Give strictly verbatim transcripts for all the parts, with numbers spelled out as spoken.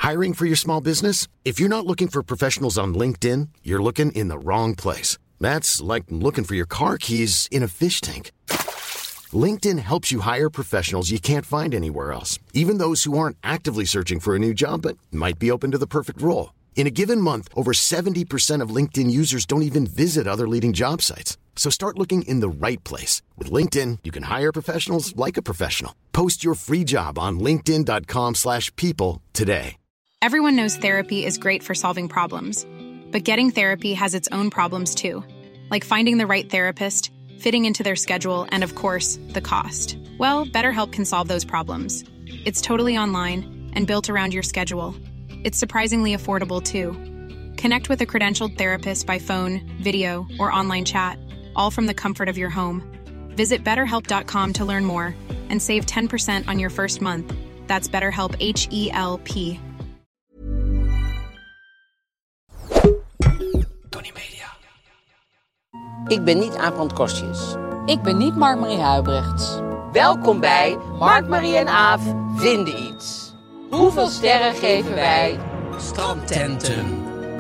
Hiring for your small business? If you're not looking for professionals on LinkedIn, you're looking in the wrong place. That's like looking for your car keys in a fish tank. LinkedIn helps you hire professionals you can't find anywhere else, even those who aren't actively searching for a new job but might be open to the perfect role. In a given month, over seventy percent of LinkedIn users don't even visit other leading job sites. So start looking in the right place. With LinkedIn, you can hire professionals like a professional. Post your free job on linkedin.com slash people today. Everyone knows therapy is great for solving problems. But getting therapy has its own problems too. Like finding the right therapist, fitting into their schedule, and of course, the cost. Well, BetterHelp can solve those problems. It's totally online and built around your schedule. It's surprisingly affordable, too. Connect with a credentialed therapist by phone, video, or online chat, all from the comfort of your home. Visit better help dot com to learn more and save ten percent on your first month. That's BetterHelp, H E L P. Tony Media. Ik ben niet Aaf Kostjes. Ik ben niet Mark-Marie Huibrechts. Welkom bij Mark-Marie en Aaf vinden iets. Hoeveel sterren geven wij strandtenten?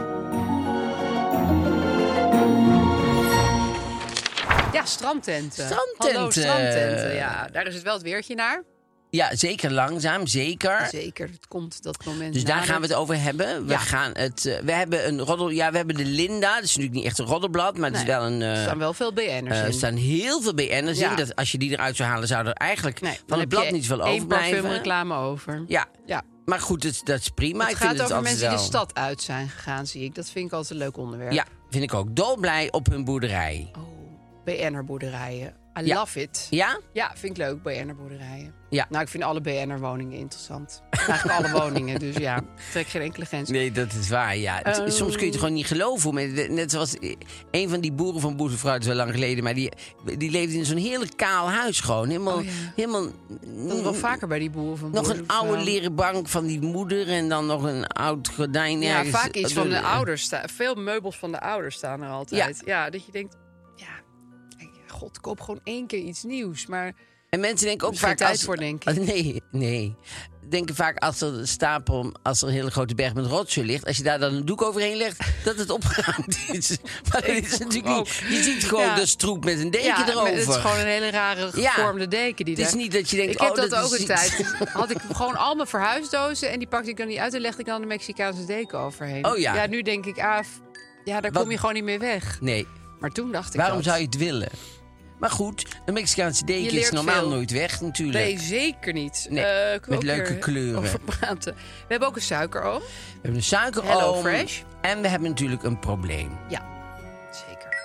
Ja, strandtenten. Strandtenten. Hallo, strandtenten. Ja, daar is het wel het weertje naar. Ja, zeker langzaam, zeker. Zeker, het komt dat moment. Dus daar nadert. gaan we het over hebben. We, Ja. gaan het, uh, we hebben een roddel. Ja, we hebben de Linda. Dat is natuurlijk niet echt een roddelblad, maar het Nee, is wel een. Uh, er staan wel veel B N'ers uh, in. Er staan heel veel B N'ers Ja. in. Dat als je die eruit zou halen, zou er eigenlijk Nee, dan van het heb blad je niet veel één overblijven. parfumreclame over. Ja. Ja. Maar goed, dat, dat is prima. Het ik gaat vind over het mensen die altijd de wel... stad uit zijn gegaan, zie ik. Dat vind ik altijd een leuk onderwerp. Ja, vind ik ook. Dolblij op hun boerderij. Oh, B N'er boerderijen. I Ja. love it. Ja? Ja, vind ik leuk, B N'er boerderijen. Ja. Nou, ik vind alle B N'er woningen interessant. Eigenlijk alle woningen, dus ja, ik trek geen enkele grens. Nee, dat is waar, ja. Het- Oh. Soms kun je het gewoon niet geloven. Maar net zoals een van die boeren van Boezemvrouw, zo lang geleden... maar die, die leefde in zo'n heerlijk kaal huis gewoon. Helemaal... Oh, ja. helemaal Dat is wel vaker bij die boeren van nog een Boezemvrouw. oude leren bank van die moeder... en dan nog een oud gordijn Ja, ergens. vaak iets van de Eh, ouders. sta- Veel meubels van de ouders staan er altijd. Ja, dat je denkt, ja, god, koop gewoon één keer iets nieuws. Maar En mensen denken ook Er is geen vaak... tijd als, voor, denk ik. als- Nee, nee. Denken vaak als er een stapel... als er een hele grote berg met rotzooi ligt... als je daar dan een doek overheen legt... dat het opgeruimd is. Maar dat is natuurlijk ook. niet... Je ziet gewoon Ja. de stroep met een deken ja, erover. maar het is gewoon een hele rare Ja. gevormde deken. Die Het is daar... niet dat je denkt, Ik heb oh, dat, dat ook is een iets. tijd. Had ik gewoon al mijn verhuisdozen... en die pakte ik dan niet uit en legde ik dan de Mexicaanse deken overheen. Oh ja. Ja, nu denk ik, ah, f- ja, daar Wat- kom je gewoon niet meer weg. Nee. Maar toen dacht ik Waarom dat. zou je het willen? Maar goed, de Mexicaanse deken is leert normaal veel. nooit weg natuurlijk. Nee, zeker niet. Nee, Eh, kunnen we met ook leuke weer kleuren. Over praten. We hebben ook een suikeroom. We hebben een suikeroom. Hello Fresh. En we hebben natuurlijk een probleem. Ja, zeker.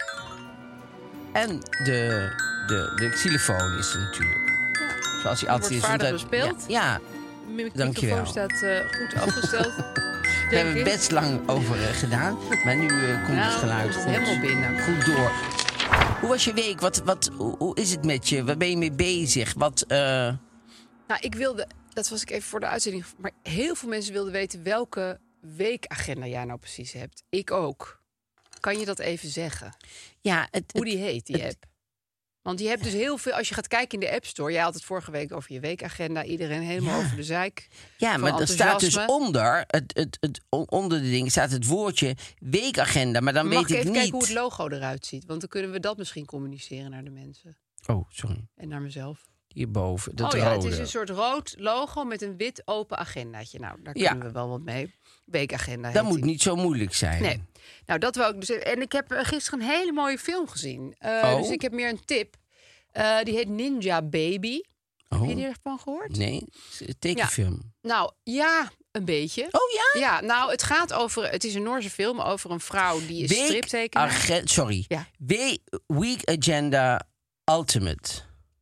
En de, de, de xylofoon is er natuurlijk. Zoals hij altijd wordt is. want vaardig dat- bespeeld. Ja, ja. Mijn Dankjewel. microfoon staat eh, goed afgesteld. We hebben er best lang over eh, gedaan. Maar nu eh, komt Nou, het geluid komt goed, het helemaal binnen. goed door. Hoe was je week? Wat, wat, hoe, hoe is het met je? Waar ben je mee bezig? Wat, eh, Nou, ik wilde, dat was ik even voor de uitzending, maar heel veel mensen wilden weten welke weekagenda jij nou precies hebt. Ik ook. Kan je dat even zeggen? ja, het, Hoe het- die heet, die het- app? Want je hebt dus heel veel, als je gaat kijken in de App Store. Jij had het vorige week over je weekagenda. Iedereen helemaal Ja. over de zeik. Ja, van maar er staat dus enthousiasme. onder, het, het, het, onder de ding staat het woordje weekagenda. Maar dan Mag weet ik ik even niet. kijken hoe het logo eruit ziet? Want dan kunnen we dat misschien communiceren naar de mensen. Oh, sorry. En naar mezelf. Hierboven, dat oh ja, rode. het is een soort rood logo met een wit open agendaatje. Nou, daar Ja. kunnen we wel wat mee. Weekagenda Dat heet moet die. niet zo moeilijk zijn. Nee. Nou, dat wou ik dus. En ik heb eh, gisteren een hele mooie film gezien. Eh, Oh. Dus ik heb meer een tip. Eh, die heet Ninja Baby. Oh. Heb je ervan gehoord? Nee, het is een tekenfilm. Nou, ja, een beetje. Oh ja? Ja, nou, het gaat over. Het is een Noorse film over een vrouw die is striptekenaar. Agen- sorry. Ja. We- Week Agenda Ultimate.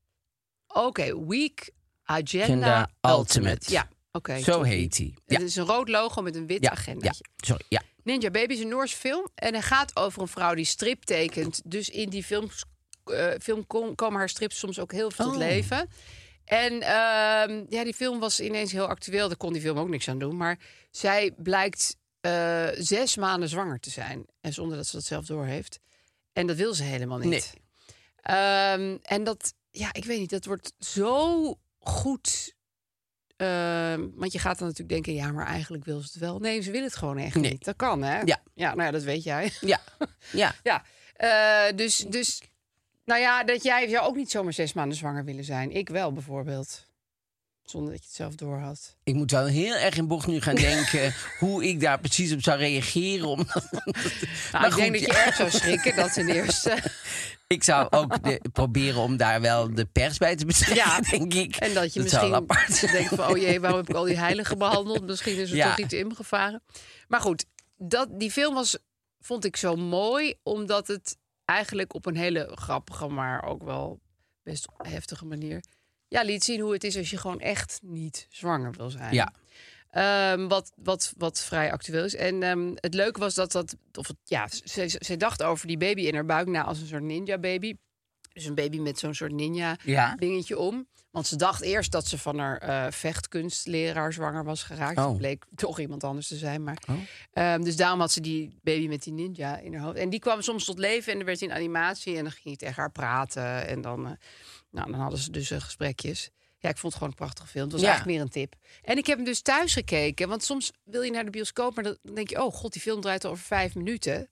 Oké, Week Agenda, Agenda Ultimate. Ultimate. Ja, oké. Zo toppie. heet hij. Het Ja. is een rood logo met een wit Ja, ja, agendaatje. sorry. Ja. Ninja Baby is een Noorse film. En hij gaat over een vrouw die strip tekent. Dus in die films, eh, film kom- komen haar strips soms ook heel veel tot Oh. leven. En ehm, ja, die film was ineens heel actueel. Daar kon die film ook niks aan doen. Maar zij blijkt eh, zes maanden zwanger te zijn. En zonder dat ze dat zelf doorheeft. En dat wil ze helemaal niet. Nee. Ehm, en dat, ja, ik weet niet, dat wordt zo goed Uh, want je gaat dan natuurlijk denken, ja, maar eigenlijk wil ze het wel. Nee, ze wil het gewoon echt Nee. niet. Dat kan, hè? Ja. Ja, nou ja, dat weet jij. Ja, ja. Ja, uh, dus, dus, nou ja, dat jij zou ook niet zomaar zes maanden zwanger willen zijn. Ik wel, bijvoorbeeld. Zonder dat je het zelf door had. Ik moet wel heel erg in bocht nu gaan denken hoe ik daar precies op zou reageren. Omdat... Nou, Maar ik goed, denk dat je ja. erg zou schrikken, dat ten eerste. Ik zou ook de, proberen om daar wel de pers bij te betrekken, Ja. denk ik. En dat je Dat zou wel misschien apart zijn. denkt van, oh jee, waarom heb ik al die heiligen behandeld? Misschien is er Ja. toch iets ingevaren. Maar goed, dat, die film was, vond ik zo mooi, omdat het eigenlijk op een hele grappige, maar ook wel best heftige manier, ja, liet zien hoe het is als je gewoon echt niet zwanger wil zijn. Ja. Um, wat, wat, wat vrij actueel is. En um, het leuke was dat dat, of het, ja, ze, ze dacht over die baby in haar buik na als een soort ninja baby. Dus een baby met zo'n soort ninja Ja. dingetje om. Want ze dacht eerst dat ze van haar uh, vechtkkunstleraar zwanger was geraakt. Oh. Het bleek toch iemand anders te zijn. Maar, Oh. um, dus daarom had ze die baby met die ninja in haar hoofd. En die kwam soms tot leven en er werd in animatie. En dan ging je tegen haar praten. En dan, uh, nou, dan hadden ze dus uh, gesprekjes. Ja, ik vond het gewoon een prachtige film. Het was Ja. eigenlijk meer een tip. En ik heb hem dus thuis gekeken. Want soms wil je naar de bioscoop, maar dan denk je, oh god, die film draait al over vijf minuten.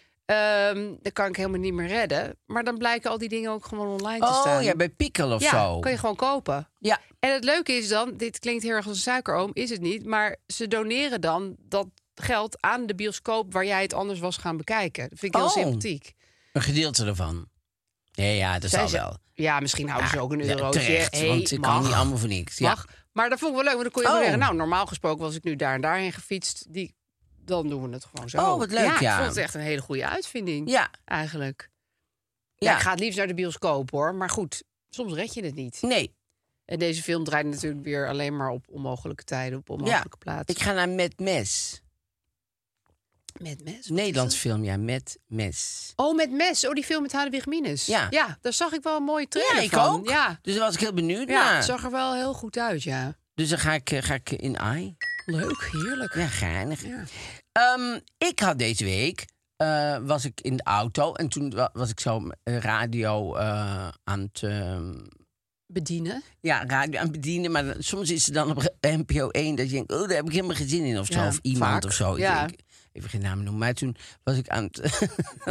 Um, dan kan ik helemaal niet meer redden. Maar dan blijken al die dingen ook gewoon online te staan. Oh ja, bij Pikkel of ja, zo. kan je gewoon kopen. Ja. En het leuke is dan, dit klinkt heel erg als een suikeroom, is het niet. Maar ze doneren dan dat geld aan de bioscoop waar jij het anders was gaan bekijken. Dat vind ik heel Oh. sympathiek. Een gedeelte ervan. Ja, ja, dat Zij zal ze- wel. Ja, misschien houden ze ook een Ja, eurotje. terecht, Hey, want ik mag. kan niet allemaal voor niks. Ja. Mag. Maar dat vond ik wel leuk, want dan kon je Oh. wel zeggen, nou, normaal gesproken was ik nu daar en daarheen gefietst. Die, dan doen we het gewoon zo. Oh, wat leuk, ja. Ik vond het echt een hele goede uitvinding. Ja. Eigenlijk. Ja. Ja. ik ga het liefst naar de bioscoop, hoor. Maar goed, soms red je het niet. Nee, En deze film draait natuurlijk weer alleen maar op onmogelijke tijden, op onmogelijke plaatsen. ik ga naar Met Mes. Met mes? Wat is Nederlands dat? film, ja, Met Mes. Oh, met mes. Oh, die film met Hadewig Minus. Ja. Ja, daar zag ik wel een mooie trailer Ja, ik van. ook. Ja, Dus daar was ik heel benieuwd ja naar. het zag er wel heel goed uit, ja. Dus dan ga ik, eh, ga ik in AI. Leuk, heerlijk. Ja, geinig. Ja. Ehm, ik had deze week, eh, was ik in de auto en toen wa- was ik zo eh, radio eh, aan het... ehm, Bedienen. ja, radio aan het bedienen, maar dan- soms is het dan op N P O één dat je denkt, oh, daar heb ik helemaal geen zin in of zo. Ja, of iemand vaak. of zo. Ik Ja. denk, even geen namen noemen, maar toen was ik aan het...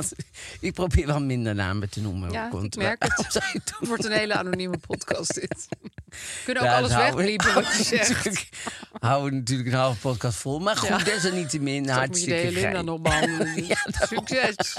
ik probeer wel minder namen te noemen. Ja, want- ik merk het. Waarom zou je het Het doen? wordt een hele anonieme podcast dit. Kunnen ook Ja, alles dat houden we- wegliepen wat je zegt. Natuurlijk houden we natuurlijk een halve podcast vol. Maar goed, Ja. desalniettemin Toch moet je de hartstikke hele Linda geil. nog behandelen. Ja, daarom. Succes.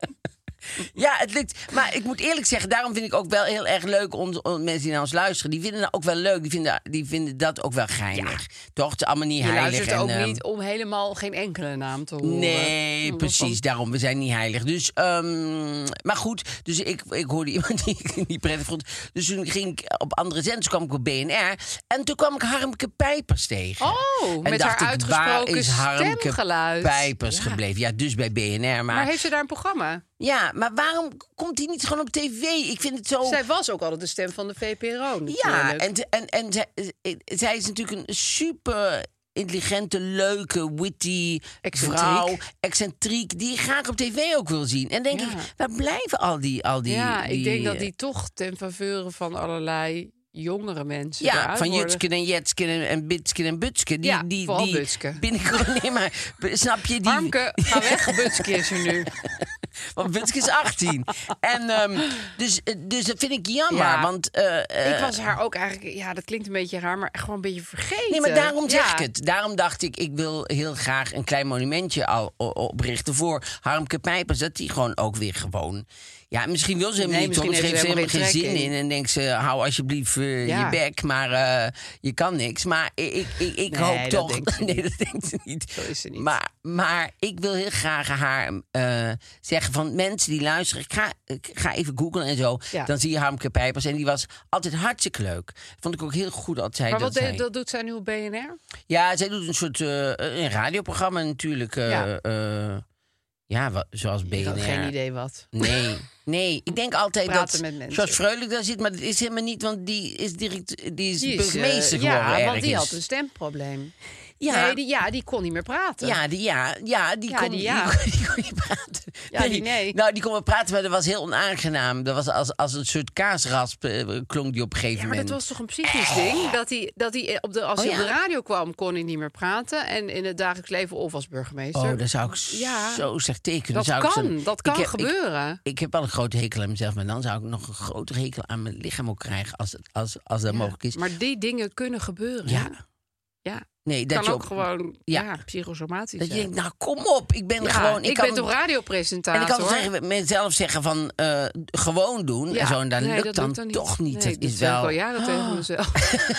Ja, het lukt. Maar ik moet eerlijk zeggen, daarom vind ik ook wel heel erg leuk om, om mensen die naar ons luisteren. Die vinden dat ook wel leuk. Die vinden, die vinden dat ook wel geinig. Toch? Het is allemaal niet Je heilig. luistert en, ook ehm, niet om helemaal geen enkele naam te horen. Nee, Van- precies. Daarom, we zijn niet heilig. Dus, ehm, maar goed, dus ik, ik hoorde iemand die ik niet prettig vond. Dus toen ging ik op andere zenders, kwam ik op B N R. En toen kwam ik Harmke Pijpers tegen. Oh, en met dacht haar ik, waar uitgesproken is Harmke stemgeluid. Pijpers Ja. gebleven? Ja, dus bij B N R. Maar, Maar heeft ze daar een programma? ja, maar waarom komt hij niet gewoon op tv? Ik vind het zo... Zij was ook altijd de stem van de V P R O natuurlijk. Ja, en, en, en zij, zij is natuurlijk een super intelligente, leuke, witty Excentriek. vrouw. Excentriek, die ik graag op tv ook wil zien. En denk Ja. ik, waar blijven al die... Al die ja, ik die, denk dat eh, die toch ten faveur van allerlei jongere mensen Ja, eruit van worden. Jutsken en Jetsken en, en Bitsken en Butsken. Die, Ja, die, vooral die Butsken. binnenkort... Nee, maar snap je? Die, Harmke, ga weg, Butske is er nu. Want Butske is achttien. En um, dus, dus dat vind ik jammer. Ja. Want, uh, uh, Ik was haar ook eigenlijk, ja, dat klinkt een beetje raar, maar gewoon een beetje vergeten. Nee, maar daarom zeg Ja. ik het. Daarom dacht ik, ik wil heel graag een klein monumentje al o- oprichten voor Harmke Pijpers. Dat die gewoon ook weer gewoon... Ja, misschien wil ze helemaal Nee, niet, hoor. misschien Misschien heeft heeft ze ze helemaal geen helemaal zin geen in. En denkt ze, hou alsjeblieft uh, Ja. je bek, maar uh, je kan niks. Maar ik, ik, ik, ik Nee, hoop dat toch... denkt ze nee, niet. dat denkt ze niet. Zo is ze niet. Maar, maar ik wil heel graag haar uh, zeggen van mensen die luisteren... Ik ga, ik ga even googlen en zo. Ja. Dan zie je Harmke Pijpers. En die was altijd hartstikke leuk. Vond ik ook heel goed dat zij Maar dat wat zei. deed, dat doet zij nu op B N R? Ja, zij doet een soort uh, een radioprogramma natuurlijk. Uh, Ja. ja, ja wat, zoals B N R. Ik had geen idee wat. Nee, nee. Ik denk altijd Praten dat met mensen. George Freulich daar zit, maar dat is helemaal niet, want die is, direct, die is Die is, burgemeester eh, geworden ja, ergens. want die had een stemprobleem. Ja. Nee, die, ja, die kon niet meer praten. Ja, die, ja, ja, die, Ja, kon, die die, ja. die, die kon niet praten. Ja, die nee. Nou, die kon wel praten, maar dat was heel onaangenaam. Dat was als, als een soort kaasrasp eh, klonk die op een gegeven Ja, maar dat moment. was toch een psychisch ding? Dat hij, dat hij op de, als Oh, hij op ja. de radio kwam, kon hij niet meer praten. En in het dagelijks leven of als burgemeester. Oh, dat zou ik Ja. zo slecht tekenen. Dat zou ik kan, zo'n- dat ik kan heb- gebeuren. Ik, ik heb wel een grote hekel aan mezelf, maar dan zou ik nog een grotere hekel aan mijn lichaam ook krijgen als, het- als, als dat Ja, mogelijk is. Maar die dingen kunnen gebeuren. Ja. hè? Ja. Nee, dat Kan je ook op- gewoon Ja. ja. psychosomatisch Dat je zijn. denkt, nou kom op, ik ben Ja, gewoon... ik kan ben toch En radiopresentator? ik kan tegen mezelf zeggen van eh, gewoon doen Ja. en zo. En dat Nee, lukt dat dan, lukt dan niet. toch niet. Nee, dat dat is zeg ik wel... al jaren tegen mezelf.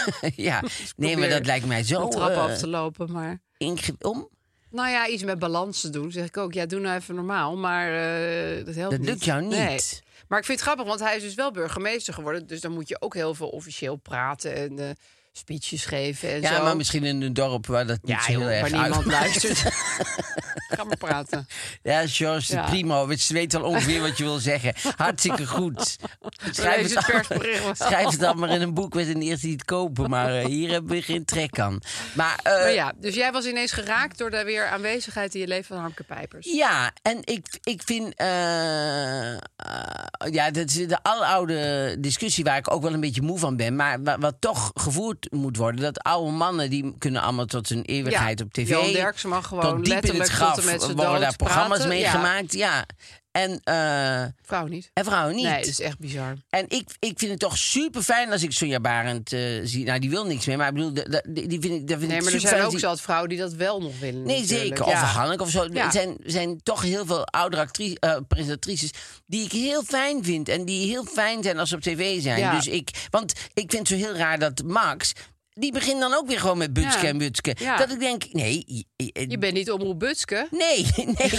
ja, nee, maar probeer dat lijkt mij zo Een trap eh, af te lopen, maar... inge- om. Nou ja, iets met balans te doen. Zeg ik ook, ja, doe nou even normaal. Maar eh, dat helpt Dat niet. lukt jou niet. Nee. Maar ik vind het grappig, want hij is dus wel burgemeester geworden. Dus dan moet je ook heel veel officieel praten en eh, speeches geven en Ja, zo. maar misschien in een dorp waar dat niet ja, zo heel joh, erg waar niemand uitmaakt. luistert. Ga maar praten. Ja, George, Ja. prima. Je weet wel ongeveer wat je wil zeggen. Hartstikke goed. Schrijf Lees het, het persbericht wel. schrijf het dan maar in een boek. We zijn de eerste die het kopen. Maar eh, hier hebben we geen trek aan. Maar, eh, Maar ja, dus jij was ineens geraakt door de weer aanwezigheid in je leven van Harmke Pijpers. Ja, en ik, ik vind... eh, eh, ja, dat is de aloude discussie waar ik ook wel een beetje moe van ben. Maar wa- wat toch gevoerd moet worden... dat oude mannen, die kunnen allemaal tot hun eeuwigheid Ja, op tv... Johan Derksen mag gewoon tot diep in het letterlijk graf tot en met zijn worden dood daar programma's praten. mee Ja. gemaakt. Ja. En, eh, Vrouw niet. en vrouwen niet. Nee, dat is echt bizar. En ik, ik vind het toch super fijn als ik Sonja Barend eh, zie. Nou, die wil niks meer, maar ik bedoel, de- de- die, die vind ik, dat vind Nee, ik maar er super zijn fijn ook als zat vrouwen die dat wel nog willen. Nee, natuurlijk. zeker. Ja. Of Hanneke of zo. Ja. Er zijn, zijn toch heel veel oudere actrice, eh, presentatrices die ik heel fijn vind. En die heel fijn zijn als ze op tv zijn. Ja. Dus ik, want ik vind het zo heel raar dat Max... Die begint dan ook weer gewoon met Butske Ja. en Butske. Ja. Dat ik denk, nee... je- je- Je bent niet Omroep Butske. Nee, nee, nee.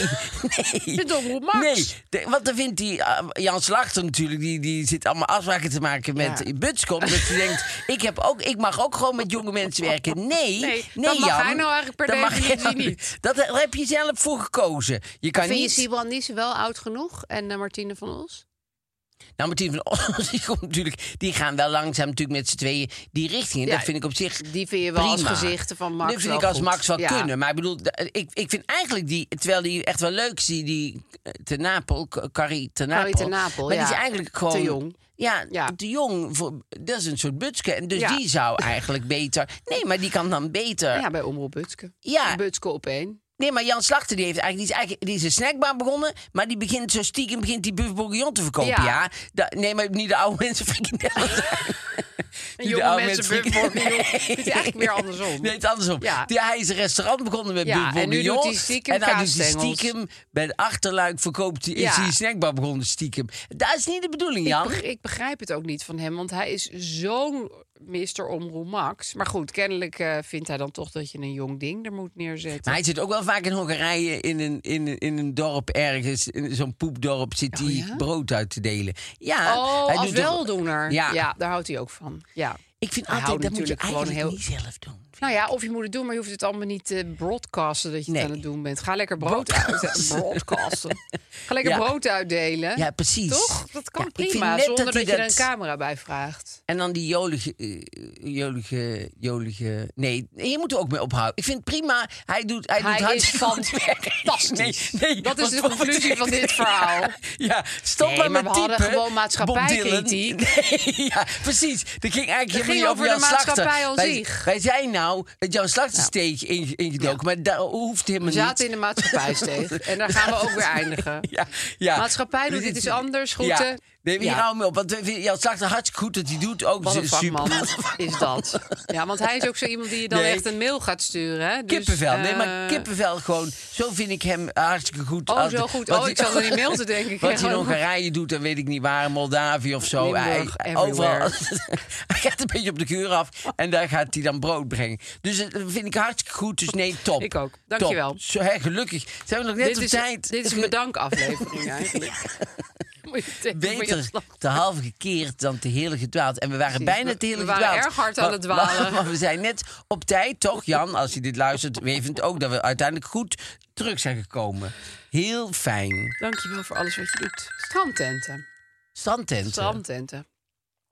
Je bent Omroep Max. Nee, de- want dan vindt die uh, Jan Slachter natuurlijk, die, die zit allemaal afspraken te maken met Ja. Butske. Omdat hij denkt, ik, heb ook, ik mag ook gewoon met jonge mensen werken. Nee, Nee, nee, dat mag Jan, hij nou eigenlijk per dat mag definitie jij nou niet. Dat, daar heb je zelf voor gekozen. Je kan Vind je niet... Sibran Nies wel oud genoeg? En uh, Martine van Os? Nou, Martien van Os, die, komt natuurlijk, die gaan wel langzaam natuurlijk met z'n tweeën die richting in. Ja, Dat vind ik op zich die vind je wel als prima. gezichten van Max Dat vind wel ik als goed. Max wel Ja. kunnen. Maar ik bedoel, de- ik, ik vind eigenlijk die, terwijl die echt wel leuk is, die, die eh, te Napel, K- Carrie te Napel. Carrie te Napel, maar die ja. is eigenlijk gewoon... Te jong. Ja, Ja. te jong. Voor, dat is een soort Butske. En dus Ja. die zou eigenlijk beter... Nee, maar die kan dan beter... Ja, bij Omroep Butske. Ja. Butske op één. Nee, maar Jan Slachter die heeft eigenlijk, die is eigenlijk die is een snackbar begonnen, maar die begint zo stiekem begint die buff bourguignon te verkopen. Ja. Ja. Da- nee, maar niet de oude mensen frikandellen zijn. En Niet de jonge oude mensen frikandellen. buff bourguignon. Het is eigenlijk weer andersom. Nee, het is andersom. Ja. Die, hij is een restaurant begonnen met Ja, buff en nu doet bourguignon. hij stiekem En nou doet hij kaasstengels. stiekem bij de achterluik verkoopt hij, is Ja. hij een snackbar begonnen stiekem. Dat is niet de bedoeling, Ik, Jan. beg- ik begrijp het ook niet van hem, want hij is zo'n mister Omroep Max. Maar goed, kennelijk eh, vindt hij dan toch dat je een jong ding er moet neerzetten. Maar hij zit ook wel vaak in Hongarije in een, in een, in een dorp ergens, in zo'n poepdorp, zit hij Oh, ja? brood uit te delen. Ja, oh, hij als doet toch- weldoener. Ja. Ja. daar houdt hij ook van. Ja. Ik vind Hij altijd, houdt dat moet je natuurlijk gewoon eigenlijk heel- niet zelf doen. Nou ja, of je moet het doen, maar je hoeft het allemaal niet te broadcasten dat je Nee. het aan het doen bent. Ga lekker brood uit, Broadcasten. broadcasten. Ga lekker Ja. brood uitdelen. Ja, precies. Toch? Dat kan Ja, ik vind prima, net zonder dat dat, hij je er dat- een camera bij vraagt. En dan die jolige, eh, jolige, jolige... Nee, je moet er ook mee ophouden. Ik vind het prima. Hij doet, hij Hij doet is hartstikke goed werk. fantastisch. Nee, nee, Dat is de want- conclusie van dit verhaal. Ja, stop Nee, maar maar met we hadden typen. gewoon maatschappijkritiek. Bob Dylan. Nee, ja, precies. Dat ging eigenlijk helemaal ging niet over de Jan Slachter. maatschappij aan wij, zich. Wij zijn nou het Jan Slachter steeg inge- ingedoken, maar daar hoeft helemaal We niet. zaten in de maatschappijsteeg. En daar gaan we ook weer eindigen. Ja, ja. Maatschappij doet Dus dit het- is anders, Ja. groeten. Nee, hier Ja. houden we op. Want we vinden Jan Slachter hartstikke goed dat hij doet. Ook Wat een su- super. vakman is dat. Ja, want hij is ook zo iemand die je dan Nee. echt een mail gaat sturen. Hè? Dus, Kippenvel. Nee, maar eh, kippenvel gewoon. Zo vind ik hem hartstikke goed. Oh, Als- zo goed. wat Oh, hij- ik zat aan die mail te denken. Wat hij in Ja. Hongarije doet, dan weet ik niet waar. Moldavië of zo. Limburg, hij, everywhere. overal. Hij gaat een beetje op de keur af. En daar gaat hij dan brood brengen. Dus dat vind ik hartstikke goed. Dus nee, top. Ik ook. Dankjewel. Top. Zo, hè, gelukkig. Zijn we nog net Dit op is, tijd. dit is een bedankaflevering eigenlijk. Moet je denken van je Beter slag. te halve gekeerd dan te hele gedwaald. En we waren Precies. bijna We- te hele we waren gedwaald. erg hard aan Maar- het dwalen. Maar, maar we zijn net op tijd, toch Jan? Als je dit luistert, we vindt ook dat we uiteindelijk goed terug zijn gekomen. Heel fijn. Dankjewel voor alles wat je doet. Strandtenten. Strandtenten. Strandtenten.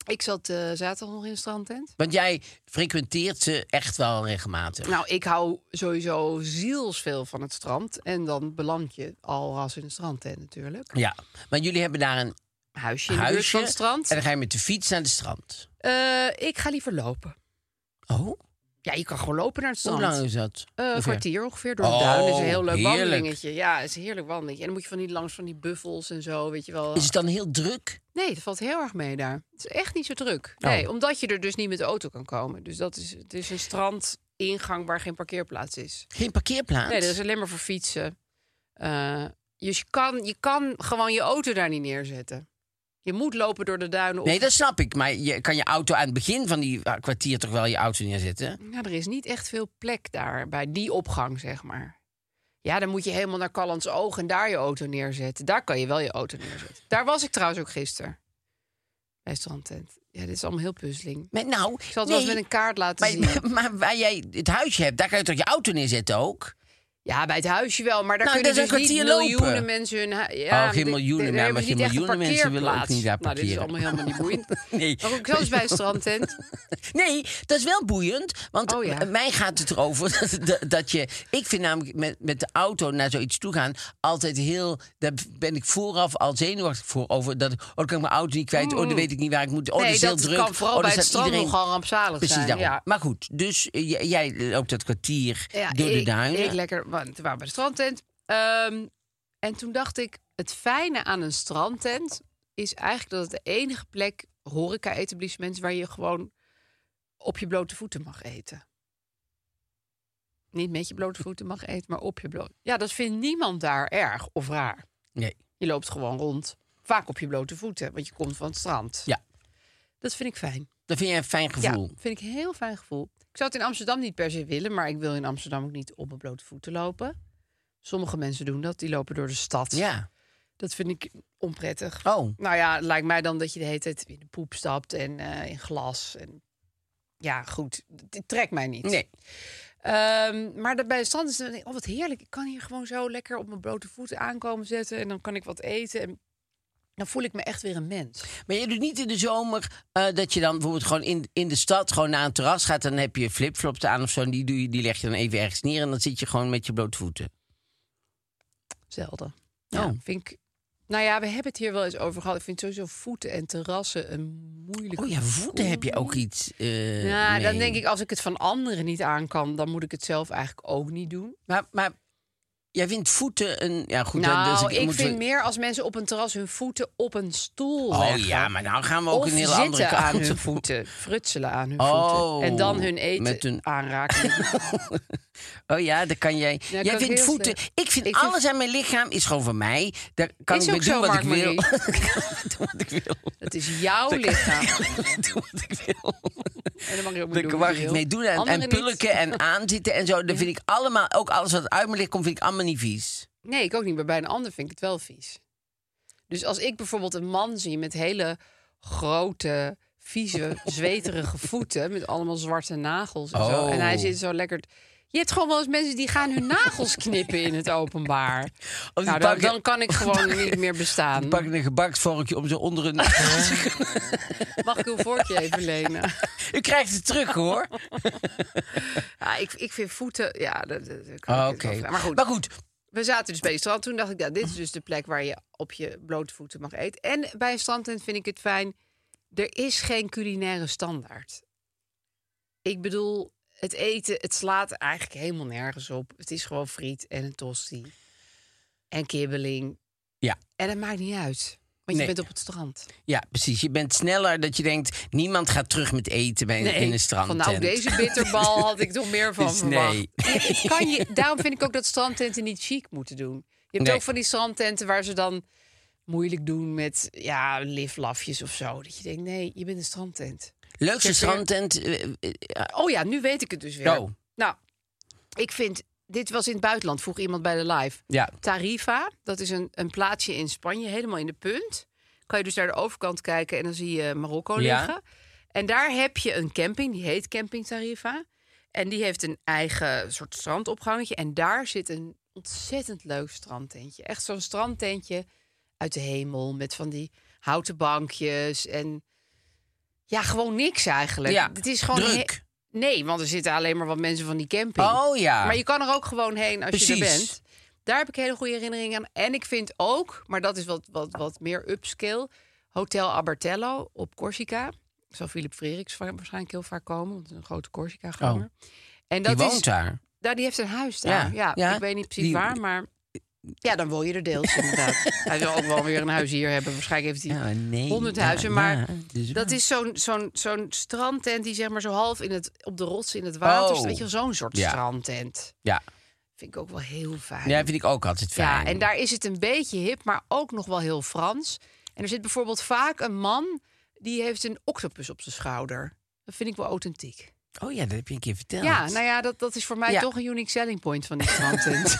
Ik zat uh, zaterdag nog in een strandtent. Want jij frequenteert ze echt wel regelmatig. Nou, ik hou sowieso zielsveel van het strand. En dan beland je al ras in een strandtent natuurlijk. Ja, maar jullie hebben daar een huisje in de huisje, buurt van het strand. En dan ga je met de fiets naar het strand. Uh, ik ga liever lopen. Oh? Ja, je kan gewoon lopen naar het strand. Hoe lang is dat? Uh, een kwartier ongeveer door de oh, duin. Dat is een heel leuk heerlijk. wandelingetje. Ja, het is een heerlijk wandelingetje. En dan moet je van die langs van die buffels en zo, weet je wel. Is het dan heel druk? Nee, dat valt heel erg mee daar. Het is echt niet zo druk. Oh. Nee, omdat je er dus niet met de auto kan komen. Dus dat is, het is een strandingang waar geen parkeerplaats is. Geen parkeerplaats? Nee, dat is alleen maar voor fietsen. Uh, dus je kan, je kan gewoon je auto daar niet neerzetten. Je moet lopen door de duinen. Of... Nee, dat snap ik. Maar je kan je auto aan het begin van die kwartier toch wel je auto neerzetten? Ja, er is niet echt veel plek daar, bij die opgang, zeg maar. Ja, dan moet je helemaal naar Callans Oog en daar je auto neerzetten. Daar kan je wel je auto neerzetten. Daar was ik trouwens ook gisteren. Bij strandtent. Ja, dit is allemaal heel puzzeling. Maar nou, ik zal het nee, wel eens met een kaart laten maar, zien. Maar, maar waar jij het huisje hebt, daar kan je toch je auto neerzetten ook? Ja, bij het huisje wel, maar daar nou, kunnen dus niet miljoenen lopen. mensen hun huis... Ja, oh, geen miljoenen, de, de, maar, maar geen miljoenen mensen willen ook niet daar parkeren. Nou, dit is allemaal helemaal niet boeiend. Nee. Maar ook zelfs bij een strandtent. Nee, dat is wel boeiend. Want oh, ja. mij gaat het erover dat, dat, dat je... Ik vind namelijk met, met de auto naar zoiets toe gaan altijd heel... Daar ben ik vooraf al zenuwachtig voor over. Dat, oh, dan kan ik mijn auto niet kwijt. Mm. Oh, dan weet ik niet waar ik moet. Oh, nee, dat is heel dat druk. kan vooral oh, bij het strand iedereen... nogal rampzalig Precies zijn. daarom. Ja. Maar goed, dus uh, j- jij loopt dat kwartier ja, door ik, de duinen. Ik lekker, want we waren bij de strandtent. Um, en toen dacht ik, het fijne aan een strandtent is eigenlijk dat het de enige plek, horeca-etablissement, is waar je gewoon op je blote voeten mag eten. Niet met je blote voeten mag eten, maar op je blote. Ja, dat vindt niemand daar erg of raar. Nee. Je loopt gewoon rond, vaak op je blote voeten, want je komt van het strand. Ja. Dat vind ik fijn. Dat vind je een fijn gevoel? Ja, vind ik een heel fijn gevoel. Ik zou het in Amsterdam niet per se willen, maar ik wil in Amsterdam ook niet op mijn blote voeten lopen. Sommige mensen doen dat, die lopen door de stad. Ja. Dat vind ik onprettig. Oh. Nou ja, het lijkt mij dan dat je de hele tijd in de poep stapt en uh, in glas. En... Ja, goed. Het trekt mij niet. Nee. Um, maar dat bij de strand is dan denk ik, oh wat heerlijk. Ik kan hier gewoon zo lekker op mijn blote voeten aankomen zetten. En dan kan ik wat eten. En dan voel ik me echt weer een mens. Maar je doet niet in de zomer uh, dat je dan bijvoorbeeld gewoon in, in de stad gewoon naar een terras gaat. Dan heb je flipflops aan of zo. En die, doe je, die leg je dan even ergens neer. En dan zit je gewoon met je blote voeten. Zelden. Ja, oh. vind ik. Nou ja, we hebben het hier wel eens over gehad. Ik vind sowieso voeten en terrassen een moeilijk. Oh ja, voeten gevoel. Heb je ook iets. Uh, ja, nee. dan denk ik, als ik het van anderen niet aan kan, dan moet ik het zelf eigenlijk ook niet doen. Maar, maar jij vindt voeten een. Ja, goed. Nou, dus ik, ik moet vind we... meer als mensen op een terras hun voeten op een stoel Oh leggen. ja, maar nou gaan we ook of een hele zitten andere kant aan hun op. voeten, frutselen aan hun Oh, voeten en dan hun eten met hun... aanraken. Oh ja, dan kan jij. Ja, jij kan vindt heel voeten. slecht. Ik vind Ik alles vind... aan mijn lichaam is gewoon van mij. Daar kan Is ik ook mee doen zo, wat ik Mark wil. Marie. Doe wat ik wil. Het is jouw lichaam. Doe wat ik wil. En dan mag je ook mee Daar doen mag wat je ik wil. mee doen en, Anderen en niet. pulken en aanzitten en zo. Dat vind ik allemaal, ook alles wat uit mijn lichaam komt, vind ik allemaal niet vies. Nee, ik ook niet. Maar bij een ander vind ik het wel vies. Dus als ik bijvoorbeeld een man zie met hele grote, vieze, zweterige voeten, met allemaal zwarte nagels en zo. Oh. En hij zit zo lekker. Je hebt gewoon wel eens mensen die gaan hun nagels knippen in het openbaar. Of Nou, die dan, pakken- dan kan ik gewoon niet meer bestaan. Die pakken een gebaksvorkje om zo onder hun... Mag ik uw vorkje even lenen? U krijgt het terug, hoor. Ja, ik, ik vind voeten. Ja, dat, dat dat kan Oh, ik Oké. wel vragen. Maar goed. Maar goed, We zaten dus bij het strand. Toen dacht ik, ja, dit is dus de plek waar je op je blote voeten mag eten. En bij een strandtent vind ik het fijn. Er is geen culinaire standaard. Ik bedoel, het eten, het slaat eigenlijk helemaal nergens op. Het is gewoon friet en een tosti. En kibbeling. ja. En het maakt niet uit. Want je Nee. bent op het strand. Ja, precies. Je bent sneller dat je denkt... niemand gaat terug met eten bij, in een strandtent. Van nou, deze bitterbal had ik toch meer van Dus verwacht. nee. Het kan je, daarom vind ik ook dat strandtenten niet chic moeten doen. Je hebt Nee. ook van die strandtenten waar ze dan moeilijk doen met ja, liflafjes of zo. Dat je denkt, nee, je bent een strandtent. Leukste Zeg weer- strandtent... eh, eh, Oh ja, nu weet ik het dus weer. Oh. Nou, ik vind... Dit was in het buitenland, vroeg iemand bij de live. Ja. Tarifa, dat is een, een plaatsje in Spanje, helemaal in de punt. Kan je dus naar de overkant kijken en dan zie je Marokko Ja. liggen. En daar heb je een camping, die heet Camping Tarifa. En die heeft een eigen soort strandopgangetje. En daar zit een ontzettend leuk strandtentje. Echt zo'n strandtentje uit de hemel met van die houten bankjes. En Ja, gewoon niks eigenlijk. Ja, Het is gewoon druk. he- Nee, want er zitten alleen maar wat mensen van die camping. Oh ja. Maar je kan er ook gewoon heen als je er Precies. bent. Daar heb ik hele goede herinneringen aan. En ik vind ook, maar dat is wat, wat, wat meer upscale... Hotel Abertello op Corsica. Zal Philip Freriks waarschijnlijk heel vaak komen. Want het is een grote Corsica-ganger. Oh. En Die dat woont is, daar. daar. Die heeft een huis daar. Ja, Ja, ja. Ik weet niet precies Die- waar, maar... Ja, dan woon je er deels inderdaad. Hij wil ook wel weer een huis hier hebben. Waarschijnlijk heeft hij Ja, nee, honderd ja, huizen. Maar ja, dus dat waar. is zo'n zo'n zo'n strandtent... die zeg maar zo half in het, op de rots in het water Oh. staat. Weet je, zo'n soort Ja. strandtent. Ja. Vind ik ook wel heel fijn. ja, vind ik ook altijd fijn. Ja, en daar is het een beetje hip, maar ook nog wel heel Frans. En er zit bijvoorbeeld vaak een man... die heeft een octopus op zijn schouder. Dat vind ik wel authentiek. Oh ja, dat heb je een keer verteld. Ja, nou ja, dat, dat is voor mij Ja. toch een unique selling point van die strandtent.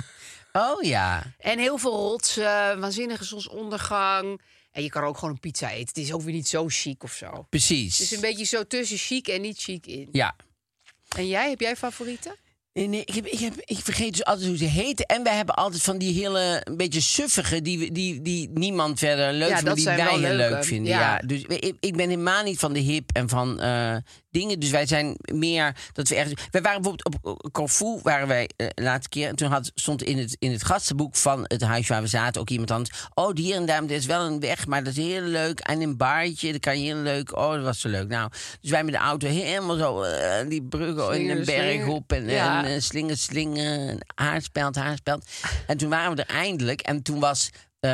Oh ja. En heel veel rotsen, waanzinnige zonsondergang. En je kan er ook gewoon een pizza eten. Het is ook weer niet zo chic of zo. Precies. Het is een beetje zo tussen chic en niet chic in. Ja. En jij, heb jij favorieten? Nee, nee, ik, heb, ik, heb, ik vergeet dus altijd hoe ze heten. En wij hebben altijd van die hele, een beetje suffige... die, we- die, die niemand verder leuk Ja, vindt, dat die zijn wij wel heel leuke. leuk vinden. Ja. Ja. Dus ik, ik ben helemaal niet van de hip en van eh, dingen. Dus wij zijn meer dat we ergens... Wij waren bijvoorbeeld op Corfu, waren wij eh, de laatste keer... en toen had, stond in het, in het gastenboek van het huis waar we zaten... ook iemand anders... oh, hier en daar, er is wel een weg, maar dat is heel leuk. En een baartje, dat kan je heel leuk... oh, dat was zo leuk. Nou, dus wij met de auto helemaal zo... eh, die bruggen in Slingeren, een berg slingeren. op... en, Ja. en eh, slingen, slingen, haarspeld, haarspeld. En toen waren we er eindelijk. En toen was... eh,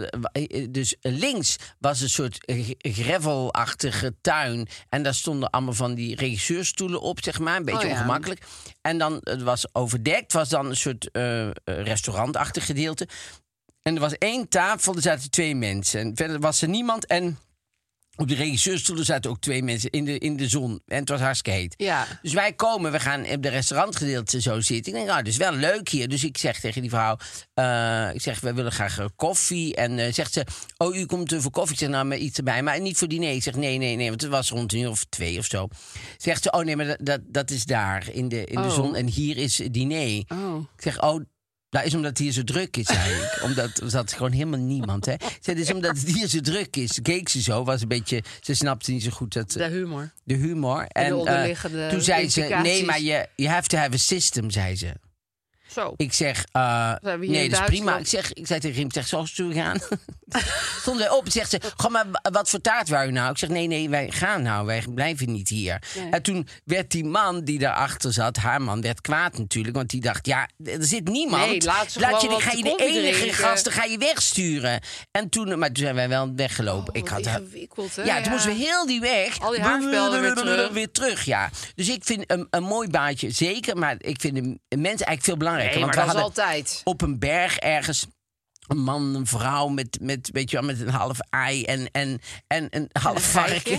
eh, dus links was een soort g- gravelachtige tuin. En daar stonden allemaal van die regisseurstoelen op, zeg maar. Een beetje Oh ja. ongemakkelijk. En dan, het was overdekt, was dan een soort eh, eh, restaurantachtig gedeelte. En er was één tafel, er zaten twee mensen. En verder was er niemand. En op de regisseurstoelen zaten ook twee mensen in de, in de zon. En het was hartstikke heet. Ja. Dus wij komen, we gaan op de restaurantgedeelte zo zitten. Ik denk, nou, dat is wel leuk hier. Dus ik zeg tegen die vrouw, eh, ik zeg, wij willen graag eh, koffie. En eh, zegt ze, oh, u komt eh, voor koffie. Ik zeg, nou, met iets erbij, maar niet voor diner. Ik zeg, nee, nee, nee, want het was rond een uur of twee of zo. Zegt ze, oh nee, maar dat, dat, dat is daar in de, in de Oh. zon. En hier is diner. Oh. Ik zeg, oh, dat is omdat het hier zo druk is, zei ik. Omdat er zat gewoon helemaal niemand, hè. Ik zei, het is omdat het hier zo druk is. Keek ze zo, was een beetje... Ze snapte niet zo goed dat... De humor. de humor. En de eh, onderliggende toen zei ze, implicaties. nee, maar je you have to have a system, zei ze. Zo. Ik zeg, eh, Zijn we hier nee, in dat is prima. Duitsland? Ik, zeg, ik zei tegen hem, ik zeg, zo zullen we gaan? Stond hij op en zegt ze, goh, maar wat voor taart wou je nou? Ik zeg, nee, nee, wij gaan nou, wij blijven niet hier. Nee. En toen werd die man die daarachter zat, haar man, werd kwaad natuurlijk. Want die dacht, ja, er zit niemand. Nee, laat ze je, gewoon die- wat ga je de koffie enige drinken. gasten ga je wegsturen. En toen, maar toen zijn wij wel weggelopen. Oh, ik wat had ingewikkeld, hè? ja, toen moesten we heel die weg. Al die haarspelden weer terug. Weer terug, ja. Dus ik vind een, een mooi baadje zeker. Maar ik vind de mensen eigenlijk veel belangrijker. Nee, want maar we dat is hadden altijd. op een berg ergens een man, een vrouw met, met, weet je wel, met een half ei en, en, en een half een varken.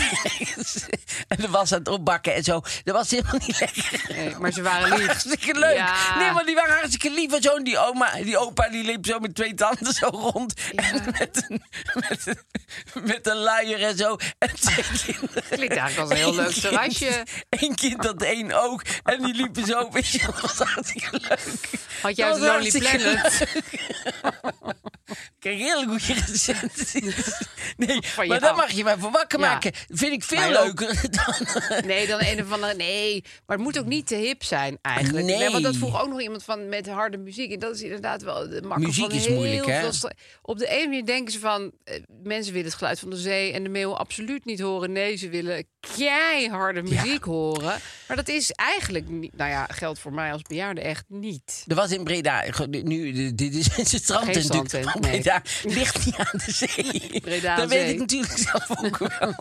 En er was aan het opbakken en zo. Dat was helemaal niet lekker. Nee, maar ze waren lief. Hartstikke leuk. Ja. Nee, maar die waren hartstikke lief. En zo, en die oma, die opa, die liep zo met twee tanden zo rond. En met een, met, een, met een luier en zo. En twee kinderen. Klinkt eigenlijk als een heel leuk Eén terrasje. kind- Eén kind had één oog. En die liepen zo. Weet je, dat was hartstikke leuk. Had jij Dat een was Lonely hartstikke Planet? leuk. Ik kreeg heel goede recensies. Nee, Van maar jou. daar mag je mij voor wakker Ja. maken. Vind ik veel Mij ook. leuker dan... Nee, dan een of andere. Nee, maar het moet ook niet te hip zijn eigenlijk. Nee. want dat vroeg ook nog iemand van met harde muziek. En dat is inderdaad wel de makker Muziek van is heel moeilijk, hè? veel stra- Op de ene manier denken ze van eh, mensen willen het geluid van de zee en de meeuw absoluut niet horen. Nee, ze willen keiharde muziek horen. Maar dat is eigenlijk niet. Nou ja, geldt voor mij als bejaarde echt niet. Er was in Breda, nu, dit is het strand Geen natuurlijk, strandtent, van nee. Breda ligt niet aan de zee. Breda aan dat de weet zee. ik natuurlijk zelf ook wel.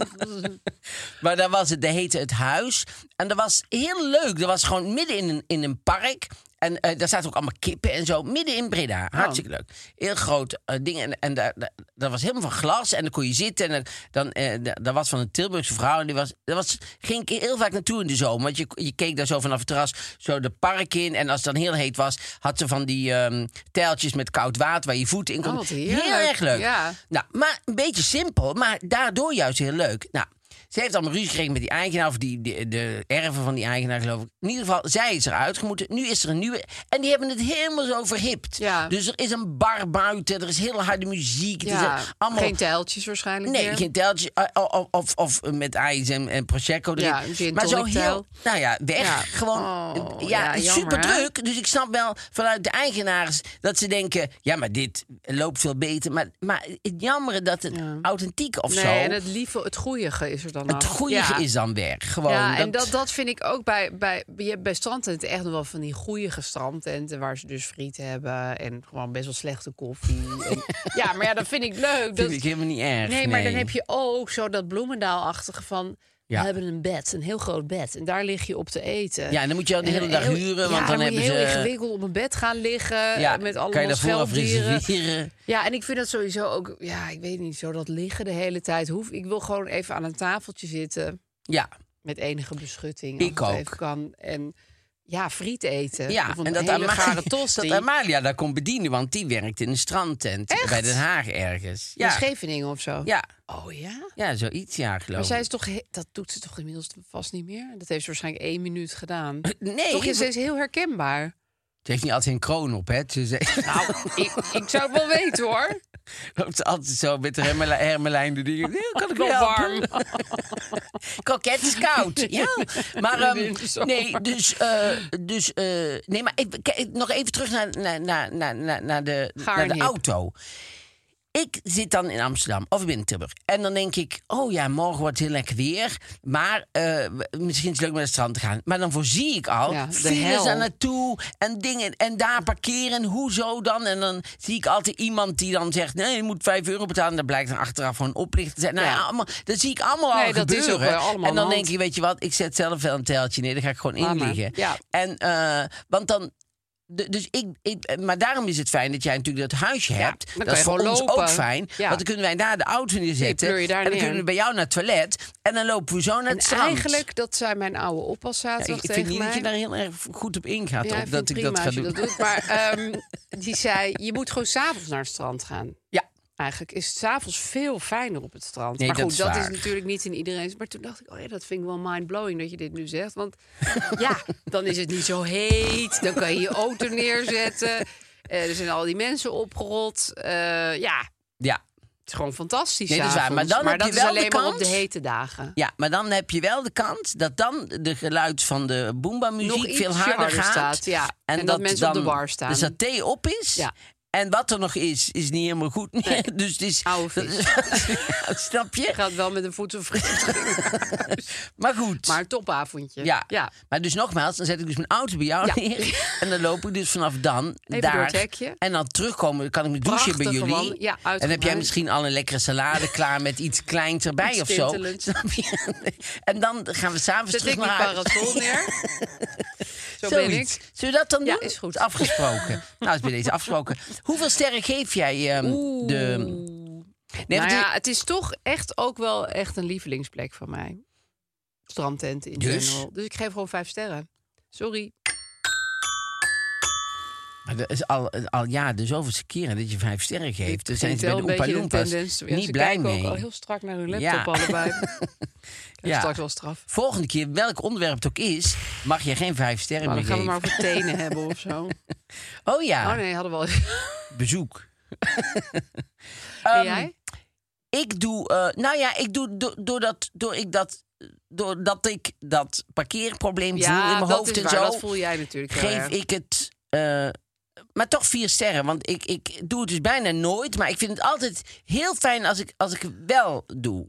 Maar daar was het, dat heette het huis. En dat was heel leuk. Dat was gewoon midden in een, in een park. En eh, daar zaten ook allemaal kippen en zo. Midden in Breda. Hartstikke leuk. Heel groot eh, ding. En, en daar, daar, dat was helemaal van glas. En dan kon je zitten. En dan, dan, eh, da- dat was van een Tilburgse vrouw. En die was, daar was, ging ik heel vaak naartoe in de zomer. Want je, je keek daar zo vanaf het terras zo de park in. En als het dan heel heet was, had ze van die ehm tijltjes met koud water waar je voeten in kon. Oh, wat heerlijk. Heel erg leuk. Ja. Nou, maar een beetje simpel. Maar daardoor juist heel leuk. Nou, Ze heeft allemaal ruzie gekregen met die eigenaar... of die, die, de erven van die eigenaar, geloof ik. In ieder geval, zij is eruit gemoeten. Nu is er een nieuwe... En die hebben het helemaal zo verhipt. Ja. Dus er is een bar buiten. Er is hele harde muziek. Het Ja, is allemaal... geen tijltjes waarschijnlijk Nee, meer. geen teltje. Of, of, of met ijs en, en prosecco erin. Ja, een gin maar zo tonic heel... tijl. Nou ja, weg. Ja. Gewoon... Oh, ja, ja, het is jammer, super hè? druk. Dus ik snap wel vanuit de eigenaars... dat ze denken... ja, maar dit loopt veel beter. Maar, maar het jammer dat het Ja. authentiek of Nee, zo... en het lieve, het goeie is er dan het af. goede Ja. is dan weg. Gewoon Ja, en dat, dat, dat vind ik ook bij, bij, je hebt bij strandtenten echt nog wel van die goeie strandtenten... waar ze dus friet hebben en gewoon best wel slechte koffie. En, ja, maar ja, dat vind ik leuk. vind Dat, ik helemaal niet erg. nee, maar dan heb je ook zo dat Bloemendaal-achtige van... Ja. we hebben een bed, een heel groot bed. En daar lig je op te eten. Ja, en dan moet je al de hele En dag heel- huren, ja, want dan moet hebben je heel ze... ingewikkeld op een bed gaan liggen Ja, met kan je allemaal dat vooraf schelpdieren. reserveren? Ja, en ik vind dat sowieso ook... Ja, ik weet niet, zo dat liggen de hele tijd hoef. Ik wil gewoon even aan een tafeltje zitten... Ja, met enige beschutting. Ik als het ook. even kan. En ja, friet eten. ja. Of een en dat hele Amalia, gare tosti. dat Amalia daar komt bedienen, want die werkt in een strandtent. Echt? Bij Den Haag ergens. Ja. Ja, Scheveningen of zo. ja. Oh ja? ja zoiets, ja, geloof Maar ik. zij is toch... he- Dat doet ze toch inmiddels vast niet meer? Dat heeft ze waarschijnlijk één minuut gedaan. Nee, Toch is ze ze heel herkenbaar. heeft niet altijd een kroon op, hè. Ze ze- Nou, ik, ik zou het wel weten hoor. loopt ze altijd zo met de hermela- hermelijn de dingen. Nee, kan ik Wel wel warm. Kroket is koud. Ja. Maar ehm, In de zomer. nee, dus, eh, dus eh, nee, maar ik, kijk, nog even terug naar, naar, naar, naar, naar, naar de, naar Gaarnhip. de auto. Ik zit dan in Amsterdam of ik ben in Tilburg. En dan denk ik, oh ja, morgen wordt het heel lekker weer. Maar eh, misschien is het leuk om naar het strand te gaan. Maar dan voorzie ik al Ja, de files hel. aan naartoe en dingen. En daar parkeren, hoezo dan? En dan zie ik altijd iemand die dan zegt... nee, je moet vijf euro betalen. Dat blijkt dan achteraf gewoon oplichten te zijn. Nou ja, Ja. allemaal, dat zie ik allemaal Nee, al dat is gebeuren. ook wel allemaal en dan aan de denk hand. je, weet je wat, ik zet zelf wel een teltje neer. Dan ga ik gewoon Laat maar. inliggen. Ja. En, eh, want dan... de- dus ik, ik, maar daarom is het fijn dat jij natuurlijk dat huisje Ja, hebt. dan Dat kan is je voor gewoon ons lopen. ook fijn. Ja. Want dan kunnen wij daar de auto neerzetten. pleur je daar en dan neer. kunnen we bij jou naar het toilet. En dan lopen we zo naar En het strand. eigenlijk, dat zei mijn oude oppas Ja, zaterdag ik, ik tegen vind niet mij. dat je daar heel erg goed op ingaat. Ja, op, ik dat vind ik het dat prima ga als je doen. dat doet. Maar ehm, die zei, je moet gewoon s'avonds naar het strand gaan. Ja. Eigenlijk is het s'avonds veel fijner op het strand. Nee, maar dat goed, is dat waar. is natuurlijk niet in iedereen. Maar toen dacht ik, oh ja, dat vind ik wel mind-blowing dat je dit nu zegt. Want ja, dan is het niet zo heet. Dan kan je je auto neerzetten. Eh, er zijn al die mensen opgerold. Eh, ja, Ja. het is gewoon fantastisch. Nee, dat is waar. s'avonds. Maar dan heb dat je is wel de alleen maar op kans- de hete dagen. ja, maar dan heb je wel de kans dat dan de geluid van de Nog boomba-muziek ietsje veel harder, harder gaat. staat, ja. En dat mensen op dan de bar staan. de saté op is. Ja. En wat er nog is, is niet helemaal goed meer. Nee. Dus het is... Oude dat vis. is- Ja, snap je? Je gaat wel met een voedselvergiftiging. Maar goed. Maar een topavondje. Ja. ja. Maar dus nogmaals, dan zet ik dus mijn auto bij jou Ja. neer. En dan loop ik dus vanaf dan Even daar. door het hekje. En dan terugkomen, kan ik me douchen bij Prachtige jullie. wand- ja, en dan heb jij uitgebreid. misschien al een lekkere salade klaar met iets kleins erbij Iets of zo. tintelends. Snap je? En dan gaan we s'avonds Zet terug ik mijn naar huis. parasol neer. Zo ben Zoiets. ik. Zullen we dat dan Ja, doen? is goed. Is afgesproken. nou, is bij deze afgesproken. Hoeveel sterren geef jij ehm, Oeh. de... Nee, Nou want ja, het is toch echt ook wel echt een lievelingsplek van mij. Strandtent in Dus? general. Dus ik geef gewoon vijf sterren. Sorry. Maar dat is al, al ja, de zoveelste keren dat je vijf sterren geeft. Er zijn Ik ze vind bij de wel een Oompa beetje de Loompas tendens. Ja, niet ze blij kijken mee. ook al heel strak naar hun laptop Ja. allebei. Ja. Ja. Straks wel straf. Volgende keer, welk onderwerp het ook is, mag je geen vijf sterren Maar meer dan gaan we geven. maar over tenen hebben of zo. Oh ja, Oh nee, hadden we al. bezoek. En Ehm, jij? Ik doe, eh, nou ja, ik doe do- doordat, door ik dat, doordat ik dat parkeerprobleem voel in Ja, mijn dat hoofd is en waar. zo, Dat voel jij natuurlijk heel geef erg. ik het, eh, maar toch vier sterren. Want ik, ik doe het dus bijna nooit, maar ik vind het altijd heel fijn als ik, als ik het wel doe.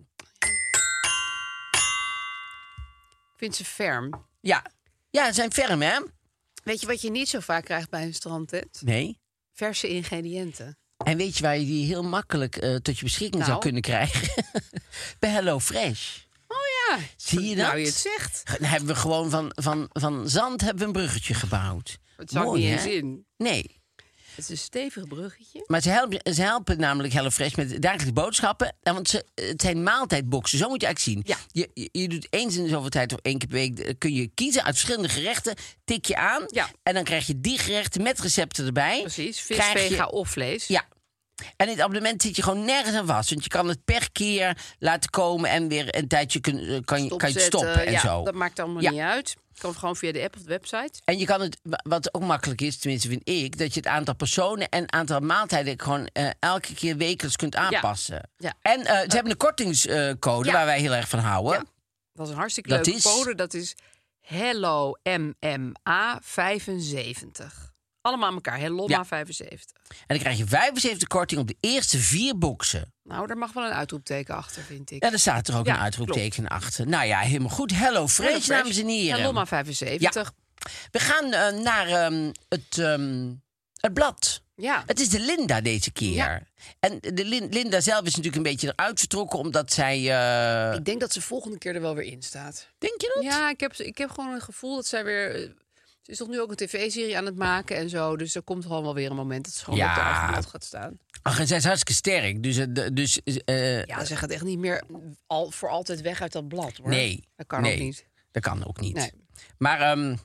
Ik vind ze ferm. Ja, ja, ze zijn ferm, hè? Weet je wat je niet zo vaak krijgt bij een strandtent? Nee. Verse ingrediënten. En weet je waar je die heel makkelijk eh, tot je beschikking zou Nou? kunnen krijgen? Bij HelloFresh. Oh ja. Zie je dat? Nou, je het zegt. Dan hebben we gewoon van, van, van zand hebben we een bruggetje gebouwd. Het zag Mooi, niet hè? eens in. Nee. Het is een stevig bruggetje. Maar ze helpen, ze helpen namelijk HelloFresh met dagelijkse boodschappen. En want ze, het zijn maaltijdboxen, zo moet je eigenlijk zien. Ja. Je, je, je doet eens in de zoveel tijd of één keer per week... eh, kun je kiezen uit verschillende gerechten, tik je aan... Ja. en dan krijg je die gerechten met recepten erbij. Precies. Vis, Krijg je- vega of vlees. Ja. En in het abonnement zit je gewoon nergens aan vast. Want je kan het per keer laten komen en weer een tijdje kun, kan, je, kan je het stoppen en ja, zo. Dat maakt allemaal Ja. niet uit. Je kan gewoon via de app of de website. En je kan het, wat ook makkelijk is, tenminste vind ik, dat je het aantal personen en aantal maaltijden gewoon uh, elke keer wekelijks kunt aanpassen. Ja. En uh, ze uh, hebben een kortingscode ja. waar wij heel erg van houden. Ja. Dat is een hartstikke Dat leuke is- code. Dat is Hello M M A vijfenzeventig. Allemaal aan elkaar. Hello Ja. vijfenzeventig. En dan krijg je vijfenzeventig korting op de eerste vier boxen. Nou, daar mag wel een uitroepteken achter, vind ik. En er staat er ook Ja, een uitroepteken achter. Nou ja, helemaal goed. Hello Fresh, Hello Fresh. dames en heren. Hello vijfenzeventig. We gaan uh, naar um, het, um, het blad. Ja. Het is de Linda deze keer. Ja. En de Lin- Linda zelf is natuurlijk een beetje eruit vertrokken, omdat zij... Uh... Ik denk dat ze volgende keer er wel weer in staat. Denk je dat? Ja, ik heb, ik heb gewoon een gevoel dat zij weer... eh, Ze is toch nu ook een tv-serie aan het maken en zo. Dus er komt gewoon wel weer een moment dat ze gewoon Ja. op de achtergrond gaat staan. Ach, en zij is hartstikke sterk. Dus, uh, de- dus uh, Ja, ze gaat echt niet meer al, voor altijd weg uit dat blad, hoor. nee. Dat kan nee, ook niet. Dat kan ook niet. Nee. Maar um,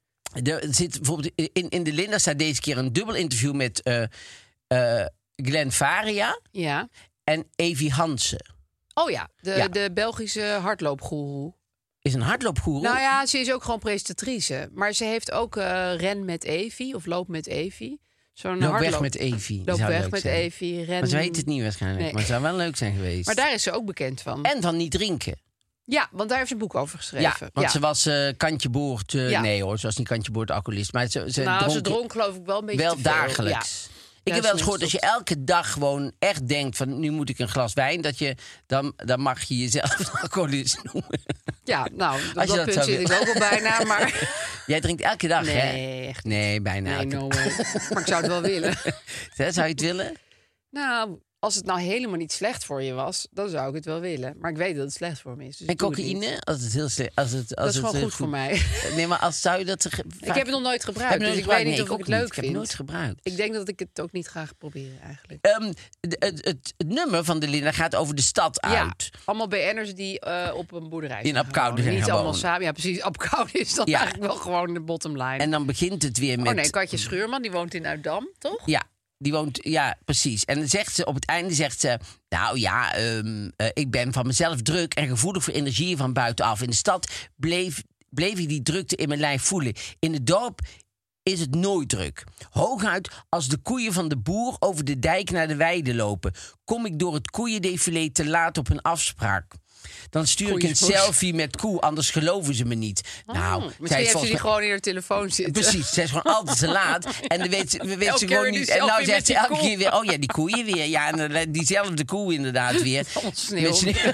er zit bijvoorbeeld in, in de Linda staat deze keer een dubbel interview met uh, uh, Glenn Faria Ja. en Evie Hansen. Oh ja, de, Ja. de Belgische hardloopgoeroe. Is een hardloopgoeroe. Nou ja, ze is ook gewoon presentatrice. Maar ze heeft ook uh, Ren met Evie of Loop met Evie. Zo'n Loop hardloop... weg met Evie. Die Loop zou weg leuk met zijn. Evie. Ren... Maar ze weet het niet waarschijnlijk. Nee. Maar het zou wel leuk zijn geweest. Maar daar is ze ook bekend van. En van niet drinken. Ja, want daar heeft ze een boek over geschreven. Ja, want ze was uh, kantje boord. Uh, Ja. Nee hoor, ze was niet kantje boord alcoholist. Maar ze, ze nou, dronk, ze dronk geloof ik wel een beetje wel te veel. dagelijks. Ja. Ik Ja, heb wel eens gehoord, als je tenminste elke dag gewoon echt denkt van nu moet ik een glas wijn, dat je dan, dan mag je jezelf een alcoholist noemen. Ja, nou, op Als je dat, dat punt zou zit ik willen. ook al bijna, maar... Jij drinkt elke dag, hè? Nee, echt Nee, bijna Nee, elke no way. Maar ik zou het wel willen. dag. Zou je het willen? Nou, als het nou helemaal niet slecht voor je was, dan zou ik het wel willen. Maar ik weet dat het slecht voor me is. Dus En ik doe het niet. cocaïne? Als het heel slecht. Als het, als Dat is het, gewoon eh, goed voor mij. Nee, maar als zou je dat. Ge- Ik heb het nog nooit gebruikt, Heb je dus nooit ik weet gebruikt? niet Nee, of ik ook het leuk niet. Ik heb vind. het nooit gebruikt. Ik denk dat ik het ook niet ga proberen eigenlijk. Um, de- het, het, het nummer van de Linda gaat over de stad Ja, uit. allemaal B N'ers die uh, op een boerderij In zijn gaan Apkoude wonen. zijn Niet gaan allemaal wonen. samen. Ja, precies. Apkoude is dan Ja. eigenlijk wel gewoon de bottom line. En dan begint het weer met. Oh nee, Katje Schuurman, die woont in Uitdam, toch? Ja, die woont. Ja, precies. En dan zegt ze op het einde zegt ze. Nou ja, um, uh, ik ben van mezelf druk en gevoelig voor energie van buitenaf. In de stad bleef, bleef ik die drukte in mijn lijf voelen. In het dorp is het nooit druk. Hooguit als de koeien van de boer over de dijk naar de weide lopen, kom ik door het koeiendefilé te laat op een afspraak. Dan stuur ik een Koeiensmoes. selfie met koe, anders geloven ze me niet. nou, Oh, misschien zij is heeft ze volgens die mij- gewoon in haar telefoon zitten. Precies, zij is gewoon altijd te laat. En dan weet ze, we weet Elke ze keer gewoon weer niet. die En nou selfie zegt met ze die elke koe. keer weer: oh ja, die koeien weer. Ja, en dan diezelfde koe inderdaad weer. Allemaal sneeuw. Met sneeuw.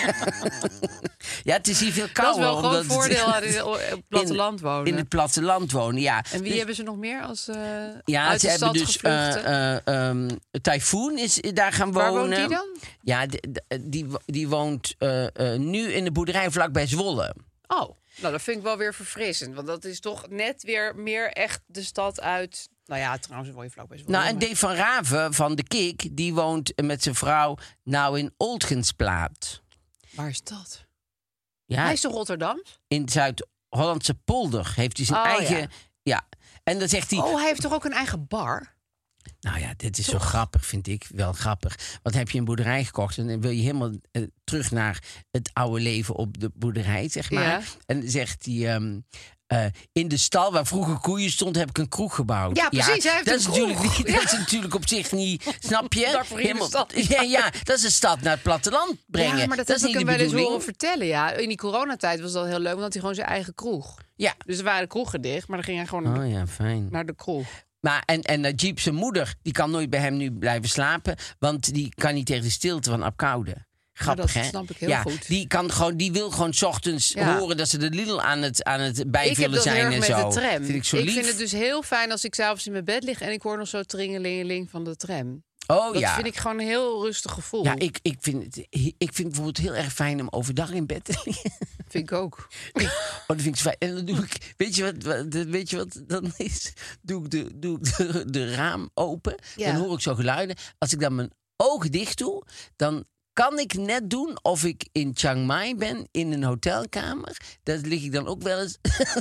Ja, het is hier veel Dat kouder. is wel gewoon een omdat het- voordeel aan het op het platteland wonen. In het platteland wonen, ja. En wie Dus- hebben ze nog meer als uh, ja, uit ze de hebben stad dus gevluchten? uh, uh, um, Typhoon is daar gaan Waar wonen. woont die dan? Ja, de- de- die, die woont uh, uh, nu in de boerderij vlakbij Zwolle. Oh, nou dat vind ik wel weer verfrissend. Want dat is toch net weer meer echt de stad uit... Nou ja, trouwens woon je vlakbij Zwolle. Nou, en maar- Dave van Raven van de Kik, die woont met zijn vrouw nou in Oldgensplaat. Waar is dat? Ja, Hij is toch Rotterdams? in Zuid-Hollandse polder heeft hij zijn Oh, eigen... ja. Ja. En dan zegt hij... Oh, hij heeft toch ook een eigen bar? Nou ja, dit is zo grappig, vind ik. Wel grappig. Want heb je een boerderij gekocht en dan wil je helemaal eh, terug naar het oude leven op de boerderij, zeg maar. Ja. En dan zegt hij... ehm, eh, in de stal waar vroeger koeien stond, heb ik een kroeg gebouwd. Ja, precies, hij heeft dat een is natuurlijk kroeg. niet, Ja. Dat is natuurlijk op zich niet... Snap je? Daarvoor in de stad. ja, ja, dat is een stad naar het platteland brengen. Ja, maar dat, is heb ik niet hem de wel eens bedoeling. horen vertellen. Ja. In die coronatijd was dat heel leuk, want had hij gewoon zijn eigen kroeg. Ja. Dus er waren kroegen dicht, maar dan ging hij gewoon naar, de, Oh ja, fijn. naar de kroeg. Maar en, en Najib, zijn moeder, die kan nooit bij hem nu blijven slapen. Want die kan niet tegen de stilte van Apkoude. Grappig, dat hè? snap ik heel ja, goed. Die, kan gewoon, die wil gewoon 's ochtends Ja. horen dat ze de Lidl aan het, aan het Ik heb bijvullen dat heel zijn erg en met zo. de tram. Vind ik zo lief. vind het dus heel fijn als ik s'avonds in mijn bed lig en ik hoor nog zo tringelingeling van de tram. oh Dat ja. vind ik gewoon een heel rustig gevoel. Ja, ik, ik, vind het, ik vind het bijvoorbeeld heel erg fijn om overdag in bed te liggen. Vind ik ook. Oh, dat vind ik zo fijn. En dan doe ik, weet je wat, wat, weet je wat dan is? Doe ik de, doe ik de, de raam open. Ja. Dan hoor ik zo geluiden. Als ik dan mijn ogen dicht doe, dan kan ik net doen of ik in Chiang Mai ben in een hotelkamer. Daar lig ik dan ook wel eens.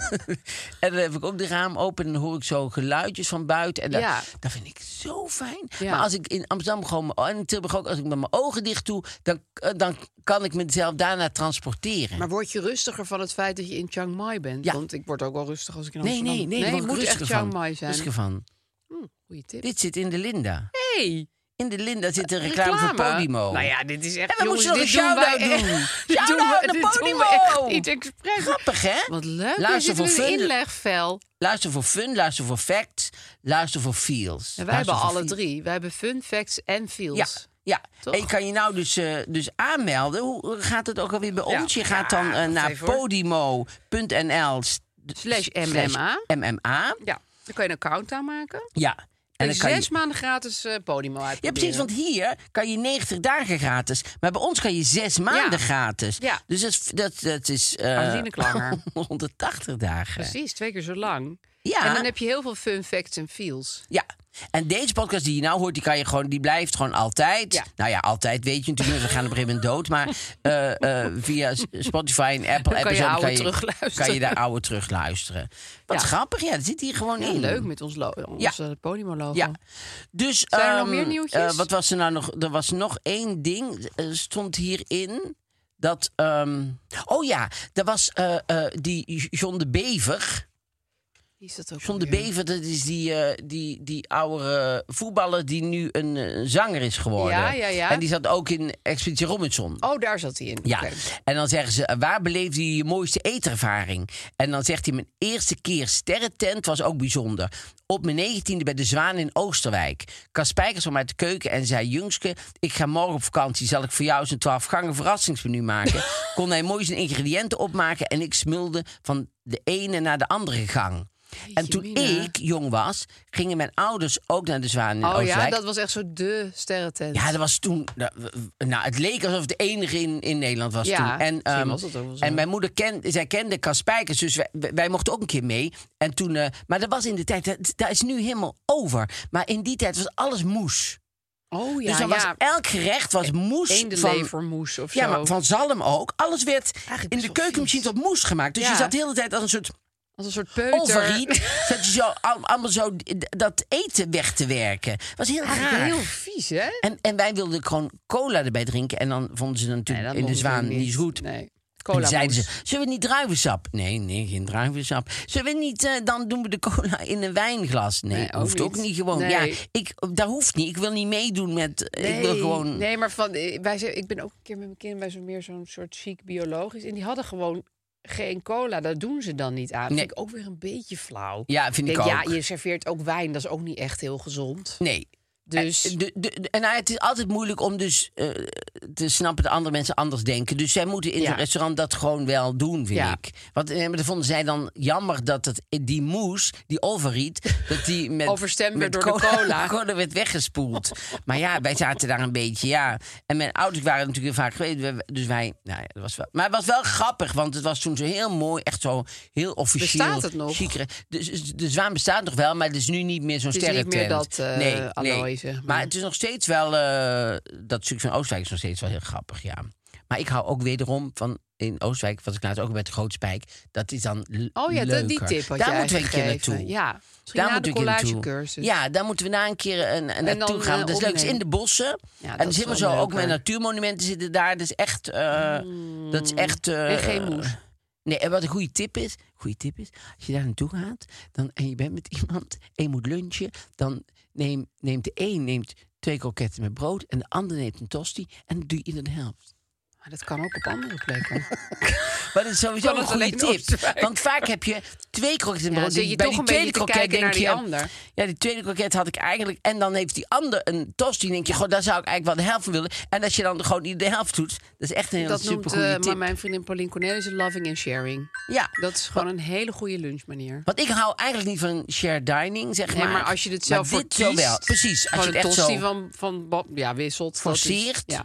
En dan heb ik ook de raam open en dan hoor ik zo geluidjes van buiten. En dat, Ja. dat vind ik zo fijn. Ja. Maar als ik in Amsterdam gewoon en in Tilburg ook, als ik met mijn ogen dicht doe, dan, dan kan ik mezelf daarna transporteren. Maar word je rustiger van het feit dat je in Chiang Mai bent? Ja. Want ik word ook wel rustig als ik in nee, Amsterdam nee, nee, nee daar het word ik moet echt rustiger Chiang van. Mai zijn. Rustiger van. Hm, goeie tip. Dit zit in de Linda. Hey, In de Linda zit een reclame, voor Podimo. Nou ja, dit is echt... En we jongens, moesten nog dit een doen wij shout-out doen. echt- dit Shout-out doen we- naar dit doen Podimo. we echt niet expres. Grappig, hè? Wat leuk. Luister Luister voor voor fun. inlegvel. Luister voor fun, luister voor facts, luister voor feels. Ja, wij Luister hebben voor alle feels. drie. Wij hebben fun, facts en feels. Ja, ja. Toch? En je kan je nou dus, uh, dus aanmelden. Hoe gaat het ook alweer bij Ja. ons? Je gaat Ja, dan uh, wacht naar even, hoor. podimo punt n l Slash M M A. M M A. Ja, dan kan je een account aanmaken. Ja. En En dan kan zes je... maanden gratis uh, Podimo Ja, uitproberen. precies, want hier kan je negentig dagen gratis. Maar bij ons kan je zes maanden Ja. gratis. Ja. Dus dat is, dat, dat is uh, Aanzienlijk langer. honderdtachtig dagen. Precies, twee keer zo lang. Ja. En dan heb je heel veel fun, facts en feels. Ja. En deze podcast die je nou hoort, die, kan je gewoon, die blijft gewoon altijd. Ja. Nou ja, altijd weet je natuurlijk. We gaan op een gegeven moment dood. Maar uh, uh, via Spotify en Apple Dan kan je episode oude kan je, terugluisteren. kan je daar oude terugluisteren. Wat Ja. grappig. Ja, dat zit hier gewoon Ja, in. leuk met ons, lo- ons uh, Podimo-logo. Ja. Dus, Zijn er nog ehm, meer nieuwtjes? uh, wat was er nou nog? Er was nog één ding. Er stond hierin dat... Um, oh ja, er was uh, uh, die John de Bever... Wie is dat ook John de alweer? Bever, dat is die, uh, die, die oude voetballer die nu een, een zanger is geworden. Ja, ja, ja. En die zat ook in Expeditie Robinson. Oh, daar zat hij in. Ja, Oké. en dan zeggen ze, waar beleefde je je mooiste eetervaring? En dan zegt hij, mijn eerste keer sterrentent was ook bijzonder. Op mijn negentiende bij de Zwaan in Oosterwijk. Cas Spijkers kwam uit de keuken en zei... Jungske, ik ga morgen op vakantie. Zal ik voor jou eens een twaalf gangen verrassingsmenu maken? Kon hij mooi zijn ingrediënten opmaken... en ik smulde van de ene naar de andere gang. En toen Mina. ik jong was, gingen mijn ouders ook naar de Zwaan in Oh Oosterwijk. ja, dat was echt zo de sterrentent. Ja, dat was toen... Nou, het leek alsof het de enige in, in Nederland was Ja, toen. En, misschien um, was dat ook wel zo. en mijn moeder kende, zij kende Cas Spijkers, dus wij, wij mochten ook een keer mee. En toen, uh, maar dat was in de tijd, dat, dat is nu helemaal over. Maar in die tijd was alles moes. Oh ja, dus dan ja. was elk gerecht was moes van... Eendenlevermoes of zo. Ja, maar van zalm ook. Alles werd Eigenlijk in best de wel keukenmachine vies. tot moes gemaakt. Dus Ja. je zat de hele tijd als een soort... Als een soort peuter. overriet. Zat je zo al- allemaal zo d- dat eten weg te werken. Was heel Eigenlijk raar. heel vies, hè? En, en wij wilden gewoon cola erbij drinken. En dan vonden ze dan natuurlijk Nee, dat in de mochten we Zwaan niet zo goed. Nee. En Cola dan zeiden ze, moes. zullen we niet druivensap? Nee, nee, geen druivensap. Zullen we niet, uh, dan doen we de cola in een wijnglas? Nee, Nee, ook hoeft ook niet. niet gewoon. Nee. Ja, ik, dat hoeft niet. Ik wil niet meedoen met, ik wil gewoon... Nee, maar van, eh, wij, zijn- ik ben ook een keer met mijn kinderen bij zo'n meer zo'n soort chic biologisch. En die hadden gewoon geen cola. Dat doen ze dan niet aan. Dat Nee. vind ik ook weer een beetje flauw. Ja, vind ik denk, ook. Ja, je serveert ook wijn. Dat is ook niet echt heel gezond. Nee. Dus En, de, de, de- en nou, het is altijd moeilijk om dus uh, te snappen dat andere mensen anders denken. Dus zij moeten in Ja. zo'n restaurant dat gewoon wel doen, vind Ja. ik. Want eh, maar dat vonden zij dan jammer dat het, die moes, die overriet, dat die met, Overstemd werd met door de cola. cola werd weggespoeld. Maar ja, wij zaten daar een beetje, ja. En mijn ouders waren natuurlijk heel vaak geweest. we- Dus wij, nou ja, dat was wel. Maar het was wel grappig, want het was toen zo heel mooi, echt zo heel officieel. Bestaat het nog? chic. De, de Zwaan bestaat nog wel, maar het is nu niet meer zo'n Het is niet sterrentent. meer dat, eh, allooi, zeg maar. Maar het is nog steeds wel... uh, dat stuk van Oostwijk is nog steeds wel heel grappig, ja. Maar ik hou ook wederom van... In Oostwijk was ik laatst ook bij de Groot Spijk. Dat is dan l- Oh ja, dat- die leuker. tip had Daar jij moeten we een keer gegeven. naartoe. Ja, misschien na de moeten we een keer naartoe. collagecursus. Ja, daar moeten we na een keer een, een dan, naartoe gaan. eh, Dat is leuk. Het is in opnemen. de bossen. Ja, en dat het is is helemaal wel zo. Ook leuker. met natuurmonumenten zitten daar. Dat is echt... Uh, dat is echt uh, En geen moes. Nee, en wat een goede tip is... Goede tip is... Als je daar naartoe gaat... Dan, en je bent met iemand... En je moet lunchen... Dan neem, neemt de een neemt twee kroketten met brood... En de ander neemt een tosti... En dan doe je ieder de helft. Maar dat kan ook op andere plekken. Maar dat is sowieso Kan een het goede alleen tip. Oosterwijk? Want vaak heb je twee kroketten met Ja, brood. dan zit je Bij toch die een tweede beetje te kroket kijken naar denk die je, ander. Ja, die tweede kroket had ik eigenlijk... En dan heeft die ander een tosti. denk je, goh, daar zou ik eigenlijk wel de helft van willen. En als je dan gewoon niet de helft doet... Dat is echt een hele Dat noemt supergoeie uh, tip. maar mijn vriendin Pauline Cornelissen loving and sharing. Ja, Dat is gewoon een hele goede lunchmanier. want ik hou eigenlijk niet van shared dining, zeg Nee, maar. maar als je het zelf Maar voor dit zo kiest, wel. Precies, als Gewoon je een het echt tosti zo... van, van Bob- ja, wisselt. dat is- Forceert. Ja.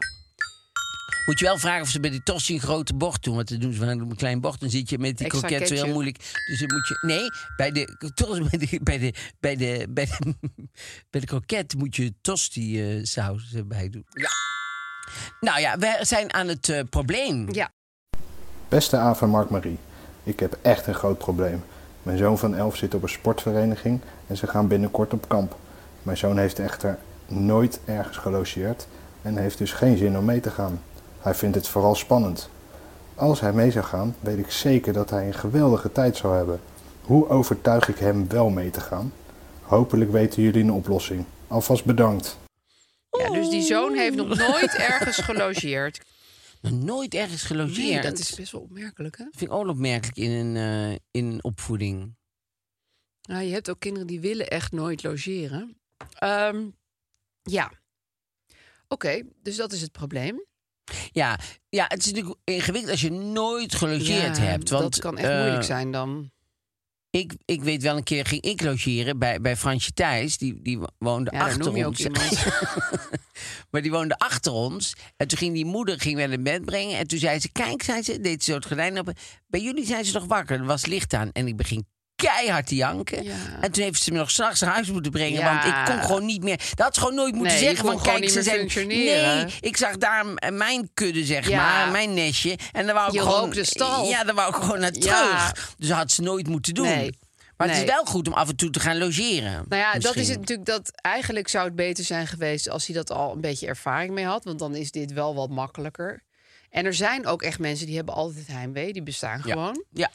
Moet je wel vragen of ze bij die tosti een grote bocht doen. Want dan doen ze vaak een klein bocht. Dan zit je met die Extra kroket zo heel ketchup. moeilijk. Dus dan moet je... Nee, bij de, toch, bij de, bij de, bij de, bij de, bij de kroket moet je tosti uh, saus erbij doen. Ja. Nou ja, we zijn aan het uh, probleem. Ja. Beste Aaf en Mark-Marie, ik heb echt een groot probleem. Mijn zoon van elf zit op een sportvereniging en ze gaan binnenkort op kamp. Mijn zoon heeft echter nooit ergens gelogeerd en heeft dus geen zin om mee te gaan. Hij vindt het vooral spannend. Als hij mee zou gaan, weet ik zeker dat hij een geweldige tijd zou hebben. Hoe overtuig ik hem wel mee te gaan? Hopelijk weten jullie een oplossing. Alvast bedankt. Ja, dus die zoon heeft nog nooit ergens gelogeerd. Nog nooit ergens gelogeerd? Nee, dat is best wel opmerkelijk, hè? Dat vind ik ook opmerkelijk in een, uh, in een opvoeding. Nou, je hebt ook kinderen die willen echt nooit logeren. Um, ja. Oké, okay, dus dat is het probleem. Ja, ja, het is natuurlijk ingewikkeld als je nooit gelogeerd ja, hebt. Want, dat kan echt uh, moeilijk zijn dan. Ik, ik weet wel, een keer ging ik logeren bij, bij Fransje Thijs. Die, die woonde ja, achter noem ons. Je ook iemand. Maar die woonde achter ons. En toen ging die moeder ging naar bed brengen. En toen zei ze, kijk, zei ze, deed ze zo het gordijn open. Bij jullie zijn ze nog wakker. Er was licht aan. En ik begin keihard te janken. Ja. En toen heeft ze me nog 's nachts naar huis moeten brengen. Ja. Want ik kon gewoon niet meer. Dat had ze gewoon nooit moeten nee, zeggen. Van, kijk, ze zijn. Functioneren. Nee, ik zag daar mijn kudde, zeg ja. maar. Mijn nestje. En dan wou ik je gewoon. rook de stal. Ja, daar wou ik gewoon naar ja. terug. Dus dat had ze nooit moeten doen. Nee. Maar nee. het is wel goed om af en toe te gaan logeren. Nou ja, misschien. dat is het natuurlijk. Dat eigenlijk zou het beter zijn geweest als hij dat al een beetje ervaring mee had. Want dan is dit wel wat makkelijker. En er zijn ook echt mensen die hebben altijd heimwee. Die bestaan ja. gewoon. Ja.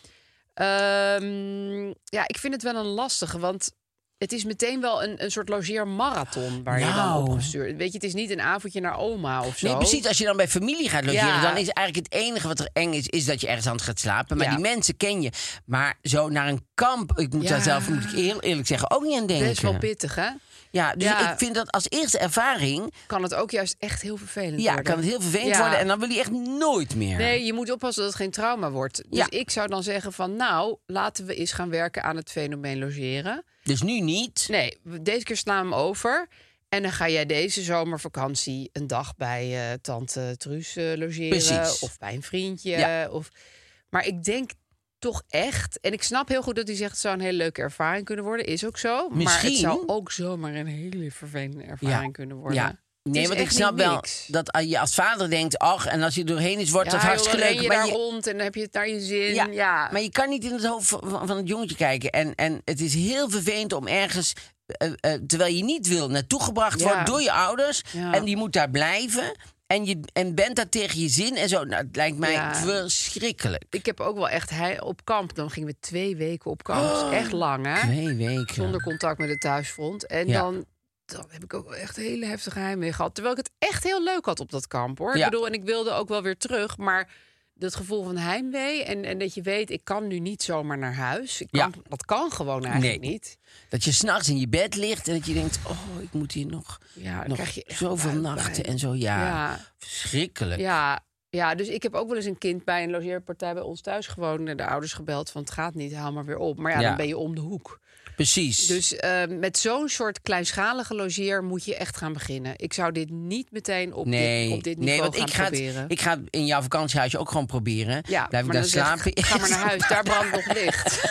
Um, ja, ik vind het wel een lastige. Want het is meteen wel een, een soort logeermarathon waar nou. je dan opgestuurd. Weet je, het is niet een avondje naar oma of zo. Nee, precies. Als je dan bij familie gaat logeren, ja. dan is eigenlijk het enige wat er eng is, is dat je ergens aan het gaat slapen. Maar ja. die mensen ken je. Maar zo naar een kamp, ik moet ja. daar zelf, moet ik heel eerlijk zeggen, ook niet aan denken. Best wel pittig, hè? Ja, dus ja. ik vind dat als eerste ervaring. Kan het ook juist echt heel vervelend ja, worden. kan het heel vervelend ja. worden en dan wil je echt nooit meer. Nee, je moet oppassen dat het geen trauma wordt. Dus ja. ik zou dan zeggen van, nou, laten we eens gaan werken aan het fenomeen logeren. Dus nu niet? Nee, deze keer slaan we hem over. En dan ga jij deze zomervakantie een dag bij uh, tante Truus uh, logeren. Precies. Of bij een vriendje. Ja. Of... Maar ik denk toch echt... En ik snap heel goed dat hij zegt, het zou een hele leuke ervaring kunnen worden. Is ook zo. Misschien. Maar het zou ook zomaar een hele vervelende ervaring ja. kunnen worden. Ja. Nee, want ik snap wel dat je als vader denkt, ach, en als je er doorheen is, wordt ja, dat hartstikke leuk. leuk. Je maar daar je rond en dan heb je het naar je zin. Ja, ja. Maar je kan niet in het hoofd van, van het jongetje kijken. En, en het is heel vervelend om ergens, uh, uh, terwijl je niet wil, naartoe gebracht Ja. wordt door je ouders. Ja. En die moet daar blijven. En je en bent daar tegen je zin en zo. Nou, het lijkt mij Ja. verschrikkelijk. Ik heb ook wel echt hij op kamp. Dan gingen we twee weken op kamp. Dat is echt lang, hè? Twee weken. Zonder contact met het thuisfront. En Ja. dan, dan heb ik ook wel echt hele heftige heimwee gehad. Terwijl ik het echt heel leuk had op dat kamp, hoor. Ja. Ik bedoel, en ik wilde ook wel weer terug. Maar dat gevoel van heimwee en, en dat je weet, ik kan nu niet zomaar naar huis. Ik kan, Ja. Dat kan gewoon eigenlijk Nee. niet. Dat je s'nachts in je bed ligt en dat je denkt, oh, ik moet hier nog, Ja, dan nog krijg je echt zoveel buikpijn. nachten en zo. Ja, Ja. verschrikkelijk. Ja, ja, dus ik heb ook wel eens een kind bij een logeerpartij bij ons thuis gewoon de ouders gebeld van het gaat niet, haal maar weer op. Maar ja, Ja. dan ben je om de hoek. Precies. Dus uh, met zo'n soort kleinschalige logeer moet je echt gaan beginnen. Ik zou dit niet meteen op, nee, dit, op dit niveau nee, want gaan ik ga, proberen. het, ik ga het in jouw vakantiehuisje ook gewoon proberen. Ja, blijf ik maar daar dan slapen. Zeg, ga maar naar huis, daar brandt nog licht.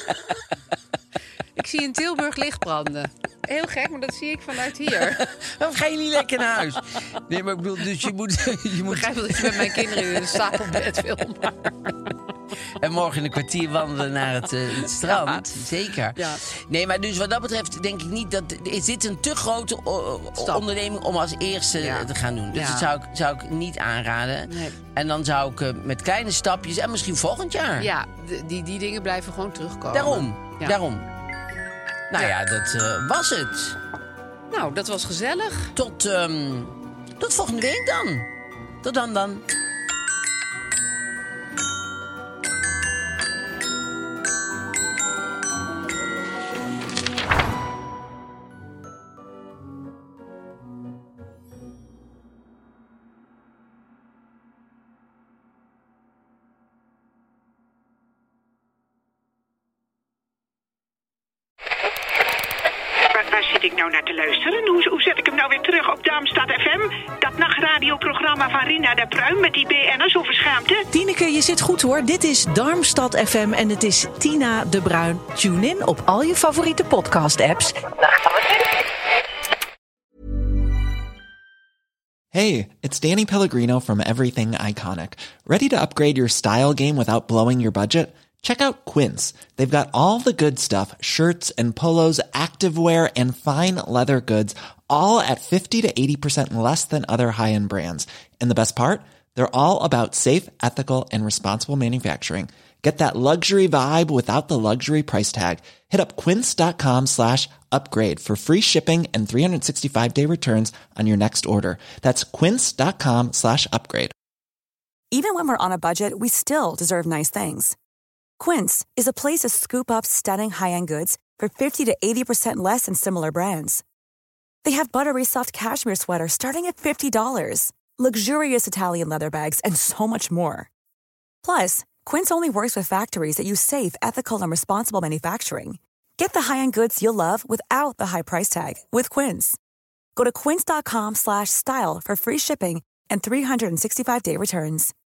Ik zie in Tilburg licht branden. Heel gek, maar dat zie ik vanuit hier. Dan ga je niet lekker naar huis. Nee, maar ik bedoel, dus je moet... Je Ik moet... begrijp dat je met mijn kinderen in een stapelbed wil, maar... En morgen in een kwartier wandelen naar het, uh, het strand. Ja. Zeker. Ja. Nee, maar dus wat dat betreft denk ik niet dat... Is dit een te grote uh, onderneming om als eerste Ja. te gaan doen. Dus Ja. dat zou ik, zou ik niet aanraden. Nee. En dan zou ik uh, met kleine stapjes... En misschien volgend jaar. Ja, de, die, die dingen blijven gewoon terugkomen. Daarom. Ja. Daarom. Nou ja, Ja. dat uh, was het. Nou, dat was gezellig. Tot, um, tot volgende week dan. Tot dan dan. Waar zit ik nou naar te luisteren? Hoe, hoe zet ik hem nou weer terug op Darmstad F M? Dat nachtradioprogramma van Rina de Pruim met die B N'ers over schaamte? Tineke, je zit goed hoor. Dit is Darmstad F M en het is Tina de Bruin. Tune in op al je favoriete podcast-apps. Hey, it's Danny Pellegrino from Everything Iconic. Ready to upgrade your style game without blowing your budget? Check out Quince. They've got all the good stuff, shirts and polos, activewear, and fine leather goods, all at fifty to eighty percent less than other high-end brands. And the best part? They're all about safe, ethical, and responsible manufacturing. Get that luxury vibe without the luxury price tag. Hit up quince.com slash upgrade for free shipping and three sixty-five day returns on your next order. That's quince.com slash upgrade. Even when we're on a budget, we still deserve nice things. Quince is a place to scoop up stunning high-end goods for fifty to eighty percent less than similar brands. They have buttery soft cashmere sweaters starting at fifty dollars, luxurious Italian leather bags, and so much more. Plus, Quince only works with factories that use safe, ethical, and responsible manufacturing. Get the high-end goods you'll love without the high price tag with Quince. Go to quince.com slash style for free shipping and three sixty-five day returns.